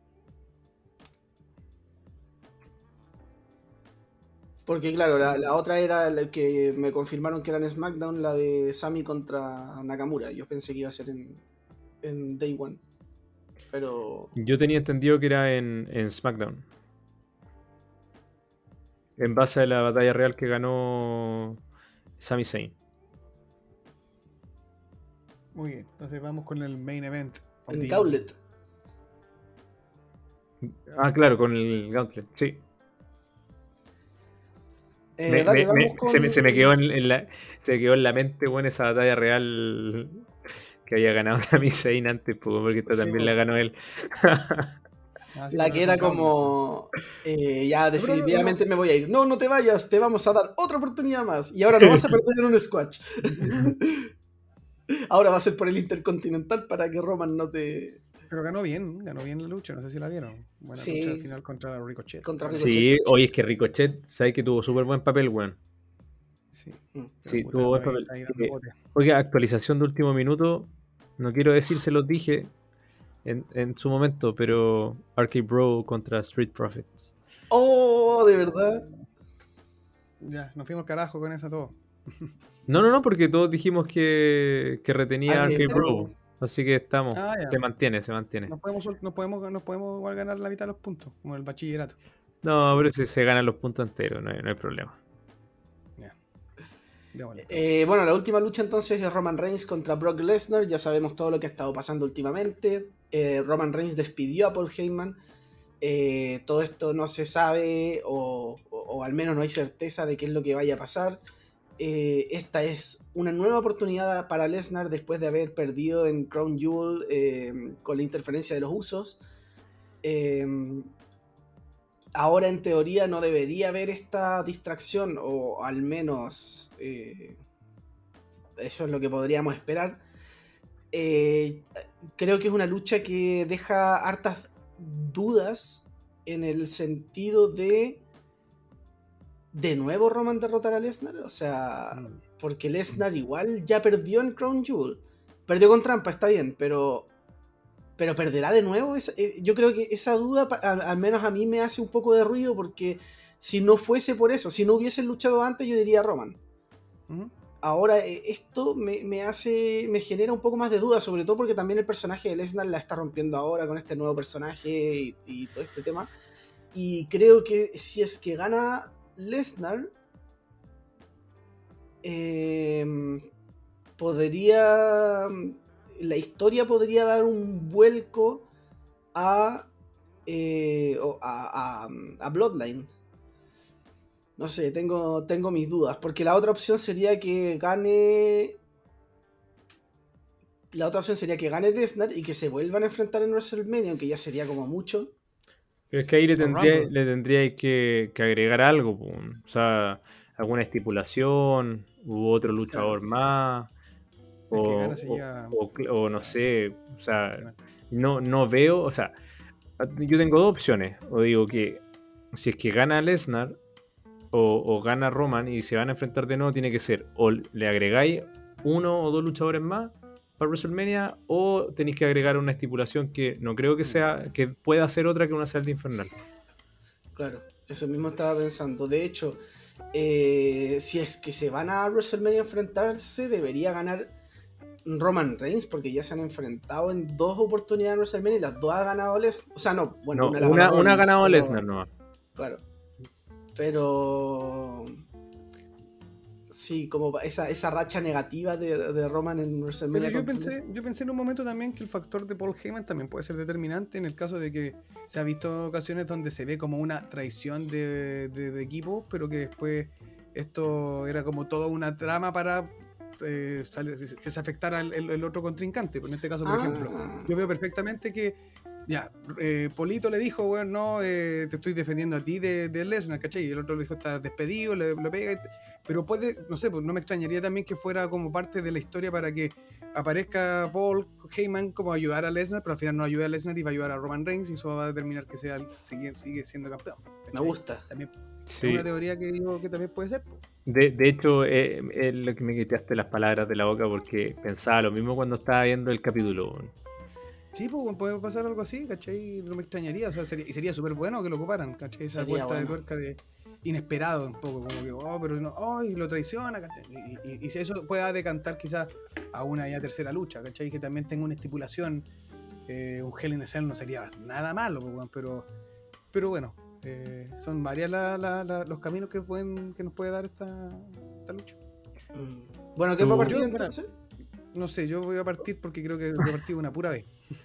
Porque, claro, la, la otra era la que me confirmaron que era en SmackDown, la de Sami contra Nakamura. Yo pensé que iba a ser en, en Day One. Pero. Yo tenía entendido que era en, en SmackDown. En base a la batalla real que ganó Sami Zayn. Muy bien, entonces vamos con el main event. of En the Gauntlet. Ah, claro, con el Gauntlet, sí. Eh, Me- dale, me- vamos me- con... se, me, se me quedó en, en la, se me quedó en la mente, bueno, esa batalla real que había ganado Sami Zayn antes, pues, porque esta Sí, también bueno. la ganó él. Ah, sí, La pero que es era un Gauntlet. como, eh, ya pero no, definitivamente me voy a ir. No, no te vayas, te vamos a dar otra oportunidad más. Y ahora no vas a perder en un squash. Ahora va a ser por el Intercontinental para que Roman no te... Pero ganó bien, ganó bien la lucha, no sé si la vieron. Buena Sí. lucha al final contra Ricochet. Contra Sí, oye, es que Ricochet, sabes que tuvo súper buen papel, weón. Sí, Sí, puta, tuvo buen ahí- papel. ahí dando Eh, bote. Oiga, actualización de último minuto. No quiero decir, se los dije en, en su momento, pero Arcade Bro contra Street Profits. ¡Oh, de verdad! Ya, nos fuimos al carajo con esa todo. No, no, no, porque todos dijimos que, que retenía Arcade Arcade Bro. Bro. Así que estamos. Ah, ya. Se mantiene, se mantiene. Nos podemos, sol- nos podemos, nos podemos igual ganar la mitad de los puntos, como el bachillerato. No, pero si se ganan los puntos enteros, no hay, no hay problema. Ya. Démosle. Eh, bueno, la última lucha entonces es Roman Reigns contra Brock Lesnar. Ya sabemos todo lo que ha estado pasando últimamente. Eh, Roman Reigns despidió a Paul Heyman. Eh, todo esto no se sabe o, o, o al menos no hay certeza de qué es lo que vaya a pasar. Eh, esta es una nueva oportunidad para Lesnar después de haber perdido en Crown Jewel eh, con la interferencia de los usos. Eh, ahora en teoría no debería haber esta distracción, o al menos eh, eso es lo que podríamos esperar. Eh, creo que es una lucha que deja hartas dudas en el sentido de de nuevo Roman derrotar a Lesnar, o sea, Mm. porque Lesnar igual ya perdió en Crown Jewel, perdió con trampa, está bien, pero pero perderá de nuevo. Esa, eh, yo creo que esa duda pa- al, al menos a mí me hace un poco de ruido, porque si no fuese por eso, si no hubiesen luchado antes, yo diría Roman. Ujú. Ahora eh, esto me, me hace, me genera un poco más de duda, sobre todo porque también el personaje de Lesnar la está rompiendo ahora con este nuevo personaje y, y todo este tema. Y creo que si es que gana Lesnar, eh, podría, la historia podría dar un vuelco a, eh, o a, a, a Bloodline. No sé, tengo, tengo mis dudas, porque la otra opción sería que gane. La otra opción sería que gane Lesnar y que se vuelvan a enfrentar en WrestleMania, aunque ya sería como mucho. Pero es que ahí le O tendría, Rumble. le tendría que, que agregar algo, po. O sea, alguna estipulación, u otro luchador más, El que o, gana o, sería- o cl- o no Ah. sé, o sea, no, no veo, o sea, yo tengo dos opciones, o digo que si es que gana Lesnar o, o gana Roman y se van a enfrentar de nuevo, tiene que ser o le agregáis uno o dos luchadores más para WrestleMania, o tenéis que agregar una estipulación que no creo que sea, que pueda ser otra que una celda infernal. Claro, eso mismo estaba pensando. De hecho, eh, si es que se van a WrestleMania a enfrentarse, debería ganar Roman Reigns, porque ya se han enfrentado en dos oportunidades en WrestleMania y las dos ha ganado Lesnar. O sea, no, bueno, No, una, la una, ganó una ha Rollins, ganado pero- Lesnar nomás. Claro. Pero sí, como esa, esa racha negativa de, de Roman en Pero WrestleMania. yo contra pensé, Lesnar. yo pensé en un momento también que el factor de Paul Heyman también puede ser determinante en el caso de que se ha visto ocasiones donde se ve como una traición de, de, de equipo, pero que después esto era como toda una trama para eh, sale- que se afectara el, el- el otro contrincante. En este caso, por Ah. ejemplo, yo veo perfectamente que ya, eh, Polito le dijo, bueno, no, eh, te estoy defendiendo a ti de, de Lesnar, ¿cachai? Y el otro le dijo, está despedido, le, lo pega. y te- Pero puede, no sé, pues no me extrañaría también que fuera como parte de la historia para que aparezca Paul Heyman como ayudar a Lesnar, pero al final no ayuda a Lesnar y va a ayudar a Roman Reigns y eso va a determinar que sea, sigue, sigue siendo campeón. Me ¿cachai? gusta. También Sí. es una teoría que digo que también puede ser. pues. De, de hecho, eh, es lo que me quitaste las palabras de la boca porque pensaba lo mismo cuando estaba viendo el capítulo. Sí, pues puede pasar algo así, ¿cachai? No me extrañaría, o sea, sería, y sería súper bueno que lo ocuparan, ¿cachai? Esa Sería vuelta de bueno. tuerca de inesperado un poco, como que, oh, pero no, ay, lo traiciona, ¿cachai? Y, y- y si eso pueda decantar quizás a una ya tercera lucha, ¿cachai? Que también tenga una estipulación, eh, un Hell in a Cell no sería nada malo, pues, bueno, pero, pero bueno, eh, son varias la- la- la- los caminos que pueden que nos puede dar esta, esta lucha. Mm. Bueno, ¿qué Tú- va a partir Yo, entonces? No sé, yo voy a partir porque creo que voy a partir una pura vez.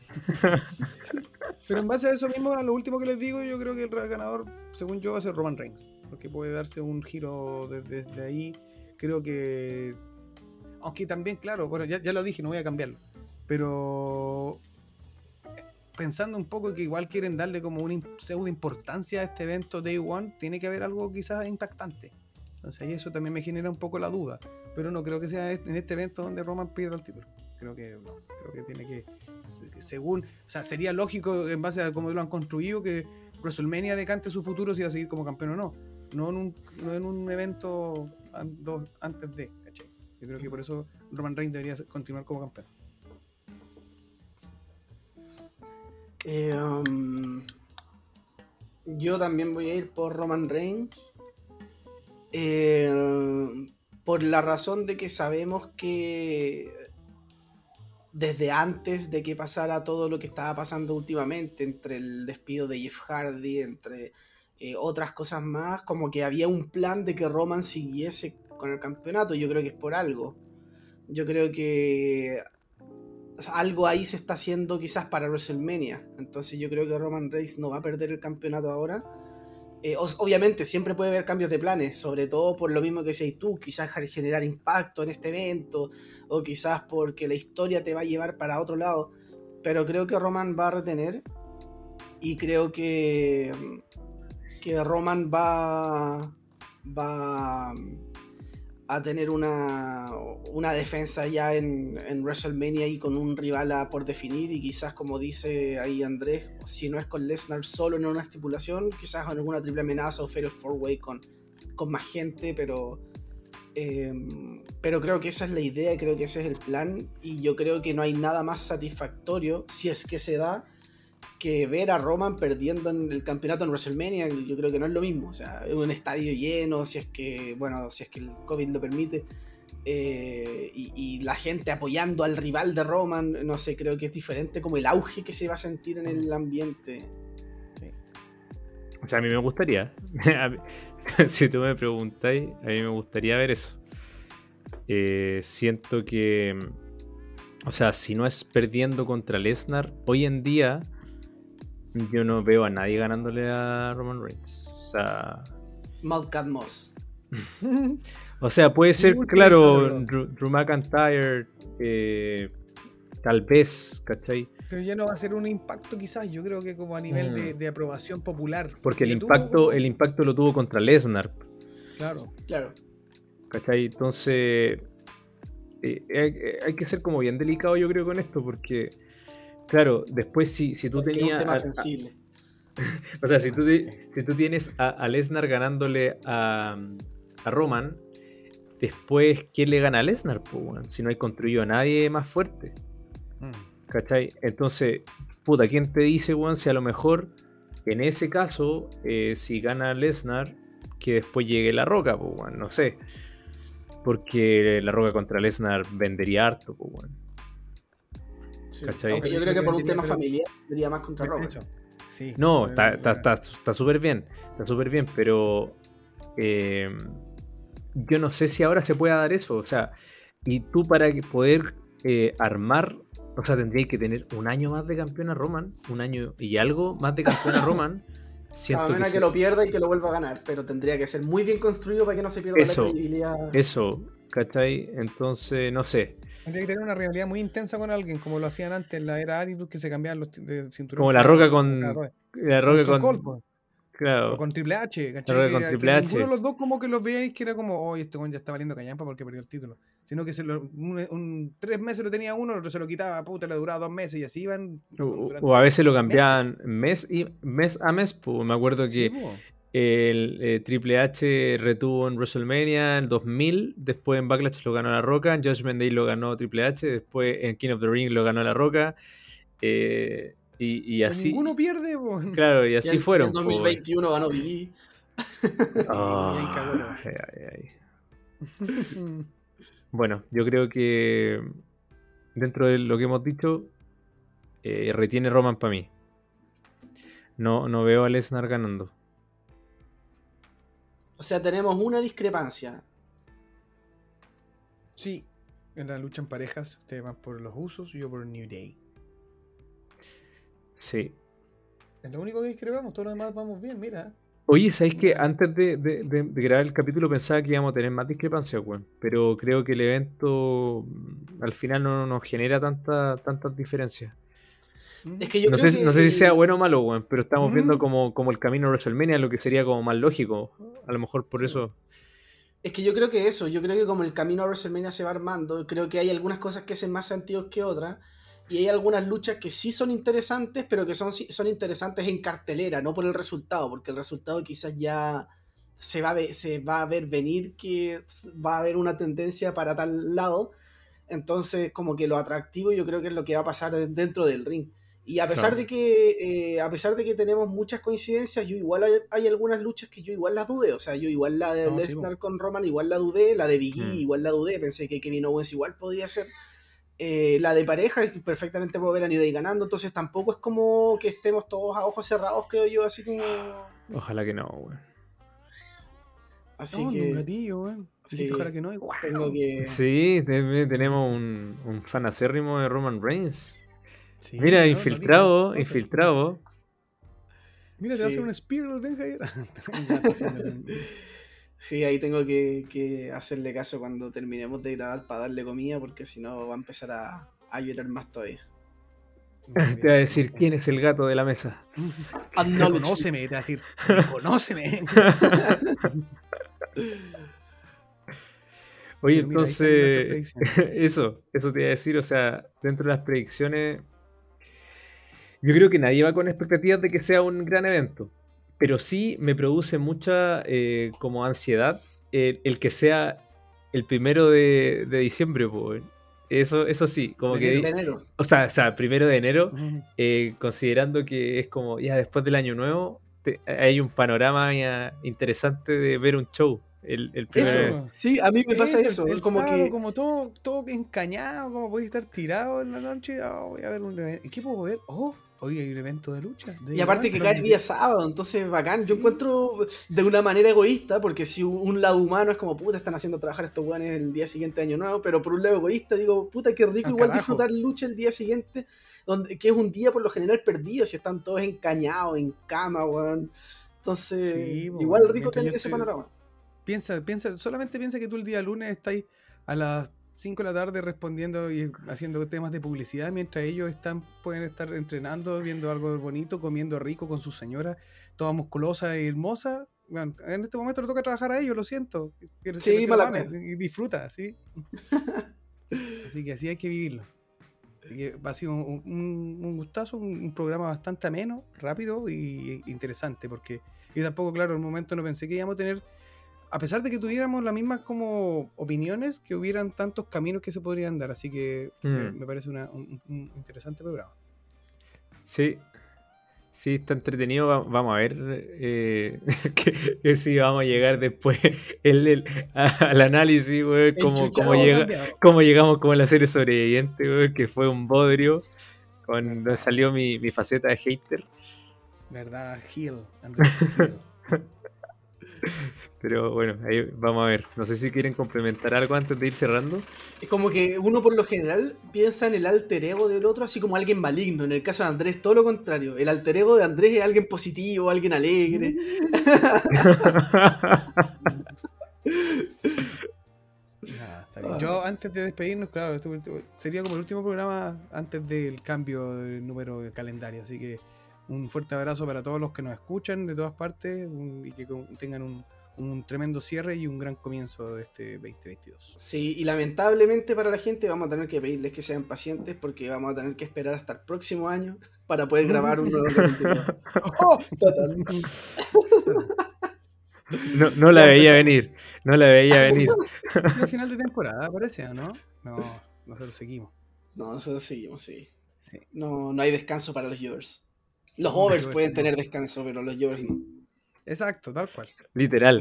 Pero en base a eso mismo, a lo último que les digo, yo creo que el ganador, según yo, va a ser Roman Reigns. Porque puede darse un giro desde, desde ahí. Creo que. Aunque también, claro, bueno, ya, ya lo dije, no voy a cambiarlo. Pero. Pensando un poco que igual quieren darle como una pseudo importancia a este evento Day One, tiene que haber algo quizás impactante. Entonces ahí eso también me genera un poco la duda. Pero no creo que sea en este evento donde Roman pierda el título. Creo que no. Creo que tiene que, según, o sea, sería lógico en base a cómo lo han construido que WrestleMania decante su futuro si va a seguir como campeón o no. No en un, no en un evento an- dos antes de, ¿cachai? Yo creo que por eso Roman Reigns debería continuar como campeón. Eh, um, yo también voy a ir por Roman Reigns. Eh, por la razón de que sabemos que desde antes de que pasara todo lo que estaba pasando últimamente, entre el despido de Jeff Hardy, entre eh, otras cosas más, como que había un plan de que Roman siguiese con el campeonato. Yo creo que es por algo. Yo creo que algo ahí se está haciendo quizás para WrestleMania. Entonces yo creo que Roman Reigns no va a perder el campeonato ahora. Eh, obviamente siempre puede haber cambios de planes, sobre todo por lo mismo que decías tú, quizás generar impacto en este evento, o quizás porque la historia te va a llevar para otro lado, pero creo que Roman va a retener, y creo que, que Roman va, va a tener una, una defensa ya en, en WrestleMania y con un rival a por definir, y quizás, como dice ahí Andrés, si no es con Lesnar solo en una estipulación, quizás en alguna triple amenaza o Fatal four way con, con más gente, pero eh, pero creo que esa es la idea y creo que ese es el plan, y yo creo que no hay nada más satisfactorio, si es que se da, que ver a Roman perdiendo en el campeonato en WrestleMania. Yo creo que no es lo mismo, o sea, un estadio lleno, si es que, bueno, si es que el COVID lo permite, eh, y, y la gente apoyando al rival de Roman, no sé, creo que es diferente como el auge que se va a sentir en el ambiente. Sí. O sea, a mí me gustaría, si tú me preguntáis, a mí me gustaría ver eso. Eh, siento que, o sea, si no es perdiendo contra Lesnar, hoy en día yo no veo a nadie ganándole a Roman Reigns. O sea... Malcolm Moss. O sea, puede ser, Sí, claro, claro. Drew, Drew McIntyre, eh, tal vez, ¿cachai? Pero ya no va a ser un impacto quizás, yo creo que como a nivel Mm. de, de aprobación popular. Porque el ya tuvo impacto, como- el impacto lo tuvo contra Lesnar, Claro. Claro. ¿cachai? Entonces, eh, hay, hay que ser como bien delicado, yo creo, con esto, porque, claro, después si, si tú Porque tenías... es un tema a- a- sensible. O sea, si tú, te- si tú tienes a, a Lesnar ganándole a, a Roman, después, ¿quién le gana a Lesnar? Po, weón? Si no hay construido a nadie más fuerte, Mm. ¿cachai? Entonces, puta, ¿quién te dice, weón, si a lo mejor, en ese caso, eh, si gana Lesnar, que después llegue La Roca, po, weón? No sé. Porque La Roca contra Lesnar vendería harto, po, weón. Sí. ¿Cachai? Aunque yo creo que por un Vendería, tema pero- familiar sería más contra Roman. Eso. Sí. No, Eh, está está- bueno. está- está súper bien, está súper bien, pero eh, yo no sé si ahora se pueda dar eso, o sea, y tú para que poder eh, armar, o sea, tendrías que tener un año más de campeón a Roman, un año y algo más de campeón a Roman, A siento menos que, que, se- lo pierda y que lo vuelva a ganar, pero tendría que ser muy bien construido para que no se pierda Eso. la credibilidad. eso, ¿cachai? Entonces, no sé, Tendría que tener una rivalidad muy intensa con alguien, como lo hacían antes en la era Attitude, que se cambiaban los ti- de cinturón. como La cada- Roca cada con, rato. La Con Roca Stone con, Cold, po. claro, O con Triple H, ¿cachai? La Roca Que, con que Triple H. ninguno de los dos como que los veíais que era como, oye, este weón ya está valiendo callampa porque perdió el título. Sino que se lo, un, un- tres meses lo tenía uno, el otro se lo quitaba, puta, le duraba dos meses y así iban. o, durante o a veces lo meses. cambiaban mes, y, mes a mes, pues me acuerdo Sí, que po. el eh, Triple H retuvo en WrestleMania el dos mil, después en Backlash lo ganó La Roca, en Judgment Day lo ganó Triple H, después en King of the Ring lo ganó La Roca, eh, y, y Pero así, ninguno pierde, po. claro, y Y así en, fueron. en po. dos mil veintiuno ganó Big E. Ah, Y ahí cagó todo. ay, ay, ay. Bueno, yo creo que dentro de lo que hemos dicho, eh, retiene Roman para mí. No, no veo a Lesnar ganando. O sea, tenemos una discrepancia. Sí, en la lucha en parejas, ustedes van por los usos y yo por New Day. Sí. Es lo único que discrepamos, todo lo demás vamos bien, mira. Oye, ¿sabéis que antes de, de- de- de grabar el capítulo pensaba que íbamos a tener más discrepancias, weón? Pero creo que el evento mm, al final no nos genera tanta, tantas diferencias. Es que yo No creo sé, que no sé si sea el- bueno o malo, weón, pero estamos Mm. viendo como, como el camino a WrestleMania, lo que sería como más lógico. A lo mejor por Sí, eso. Es que yo creo que eso, yo creo que como el camino a WrestleMania se va armando, creo que hay algunas cosas que hacen más sentido que otras, y hay algunas luchas que sí son interesantes, pero que son, son interesantes en cartelera, no por el resultado, porque el resultado quizás ya se va, a ver, se va a ver venir que va a haber una tendencia para tal lado. Entonces, como que lo atractivo yo creo que es lo que va a pasar dentro del ring. Y a pesar Claro. de que eh, a pesar de que tenemos muchas coincidencias, yo igual hay, hay algunas luchas que yo igual las dudé. O sea, yo igual la de No, sí, Lesnar po. con Roman igual la dudé, la de Big E Mm. igual la dudé, pensé que Kevin Owens igual podía ser. Eh, la de pareja, que perfectamente puedo ver a New Day ganando, entonces tampoco es como que estemos todos a ojos cerrados, creo yo, así como... Ojalá que no, güey. Así No, ni un que gatillo, weón. sí, Dijiste, ojalá que no. Y, ¡guau! tengo que... Sí, te- tenemos un, un fan acérrimo de Roman Reigns. Sí, Mira, no, no infiltrado, digas cosas. infiltrado. Mira, te va a Sí. hacer un Spiral, ven Javier. Ya está haciendo un- Sí, ahí tengo que, que hacerle caso cuando terminemos de grabar para darle comida, porque si no va a empezar a, a llorar más todavía. Te va a decir quién es el gato de la mesa. Acknowledge Reconóceme, te va a decir, reconóceme. Oye, Pero mira, ahí están nuestras entonces, predicciones. eso, eso te iba a decir, o sea, dentro de las predicciones, yo creo que nadie va con expectativas de que sea un gran evento, pero sí me produce mucha eh, como ansiedad el, el que sea el primero de, de diciembre, po. Eso, eso sí, como De que, de enero. o sea, o sea, primero de enero, Ujú. eh, considerando que es como, ya después del año nuevo, te- hay un panorama ya interesante de ver un show. El, el primer- Eso. Sí, a mí me pasa Eso, eso. el, el como sábado, que como todo, todo encañado, como podéis estar tirado en la noche. Oh, voy a ver un evento. ¿Qué puedo ver? Oh, hoy hay un evento de lucha. de Y aparte igual, que cae pero- día sábado, entonces bacán. Yo Sí. encuentro de una manera egoísta, porque si un- un lado humano es como, puta, están haciendo trabajar estos weones el día siguiente de Año Nuevo, pero por un lado egoísta digo, puta, qué rico Al igual carajo. disfrutar lucha el día siguiente, donde, que es un día por lo general perdido, si están todos encañados, en cama, weón. Entonces, Sí, po, igual rico mientras tener yo ese estoy- panorama. Piensa, piensa, solamente piensa que tú el día lunes estáis a las cinco de la tarde respondiendo y haciendo temas de publicidad, mientras ellos están, pueden estar entrenando, viendo algo bonito, comiendo rico con sus señoras, toda musculosa y hermosa. Bueno, en este momento le toca trabajar a ellos, lo siento. Que se- Sí, que mala lo amen pena. y disfruta, ¿sí? Así que así hay que vivirlo. Así que ha sido un, un- un gustazo, un, un programa bastante ameno, rápido y interesante, porque yo tampoco, claro, en un momento no pensé que íbamos a tener, a pesar de que tuviéramos las mismas como opiniones, que hubieran tantos caminos que se podrían dar, así que Mm. me, me parece una- un, un interesante programa. Sí, sí, está entretenido. va- Vamos a ver eh, que, que si vamos a llegar después el, el- a- al análisis, güey, cómo, Enchuchado, cómo, llega, cambiado. cómo llegamos como en la serie sobreviviente, güey, que fue un bodrio. Cuando Verdad. salió mi, mi faceta de hater. ¿Verdad? Hill, Andrés Hill. Pero bueno, ahí vamos a ver. No sé si quieren complementar algo antes de ir cerrando. Es como que uno por lo general piensa en el alter ego del otro así como alguien maligno. En el caso de Andrés, todo lo contrario. El alter ego de Andrés es alguien positivo, alguien alegre. Nada, está bien. Yo antes de despedirnos, claro, esto sería como el último programa antes del cambio del número de calendario, así que un fuerte abrazo para todos los que nos escuchan de todas partes un- y que con- tengan un, un tremendo cierre y un gran comienzo de este veinte veintidós. Sí, y lamentablemente para la gente vamos a tener que pedirles que sean pacientes porque vamos a tener que esperar hasta el próximo año para poder grabar un nuevo capítulo. ¡Oh! Total. No, no la Ya veía empezamos. venir. No la veía venir. El final de temporada, parece, ¿no? No, nosotros seguimos. No, nosotros seguimos, sí. Sí. No, no hay descanso para los Jovers. Los No, overs los pueden Jovers no. tener descanso, pero los Jovers Sí. no. Exacto, tal cual. Literal.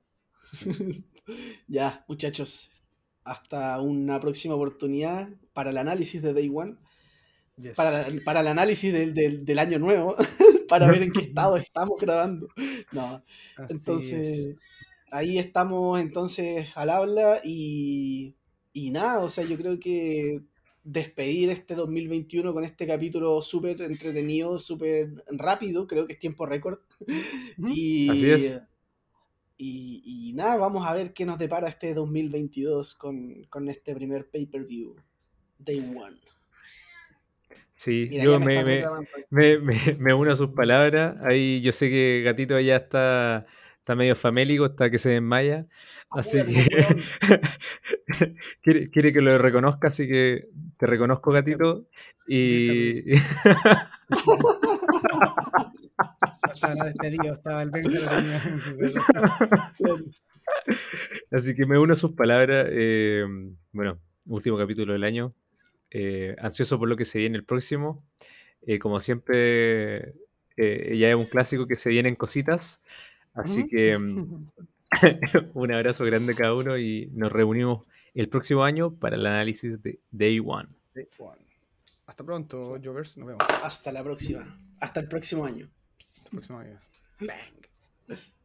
Ya, muchachos. Hasta una próxima oportunidad para el análisis de Day One. Yes. Para, para el análisis del, del, del año nuevo. Para ver en qué estado estamos grabando. No, Así entonces es. ahí estamos entonces al habla y, y nada, o sea, yo creo que despedir este dos mil veintiuno con este capítulo súper entretenido, súper rápido, creo que es tiempo récord. Ujú. Y, Así es. y, y nada, vamos a ver qué nos depara este dos mil veintidós con, con este primer pay-per-view, Day One. Sí, Mira, yo ya me me, están me, reclamando. me, me- me uno a sus palabras. Ahí yo sé que Gatito ya está, está medio famélico, está que se desmaya. Así Apúrate, que weón. quiere, quiere que lo reconozca, así que te reconozco, Gatito. Y Está estaba la despedida, estaba el Benja lo tenía en su casa. Así que me uno a sus palabras. eh, bueno, último capítulo del año. eh, ansioso por lo que se viene el próximo. Eh, como siempre, eh, ya es un clásico que se vienen cositas. Así que mm, un abrazo grande a cada uno y nos reunimos el próximo año para el análisis de Day One. Day One. Hasta pronto, Jovers. Nos vemos. Hasta la próxima. Hasta el próximo año. Hasta el próximo año. Bang.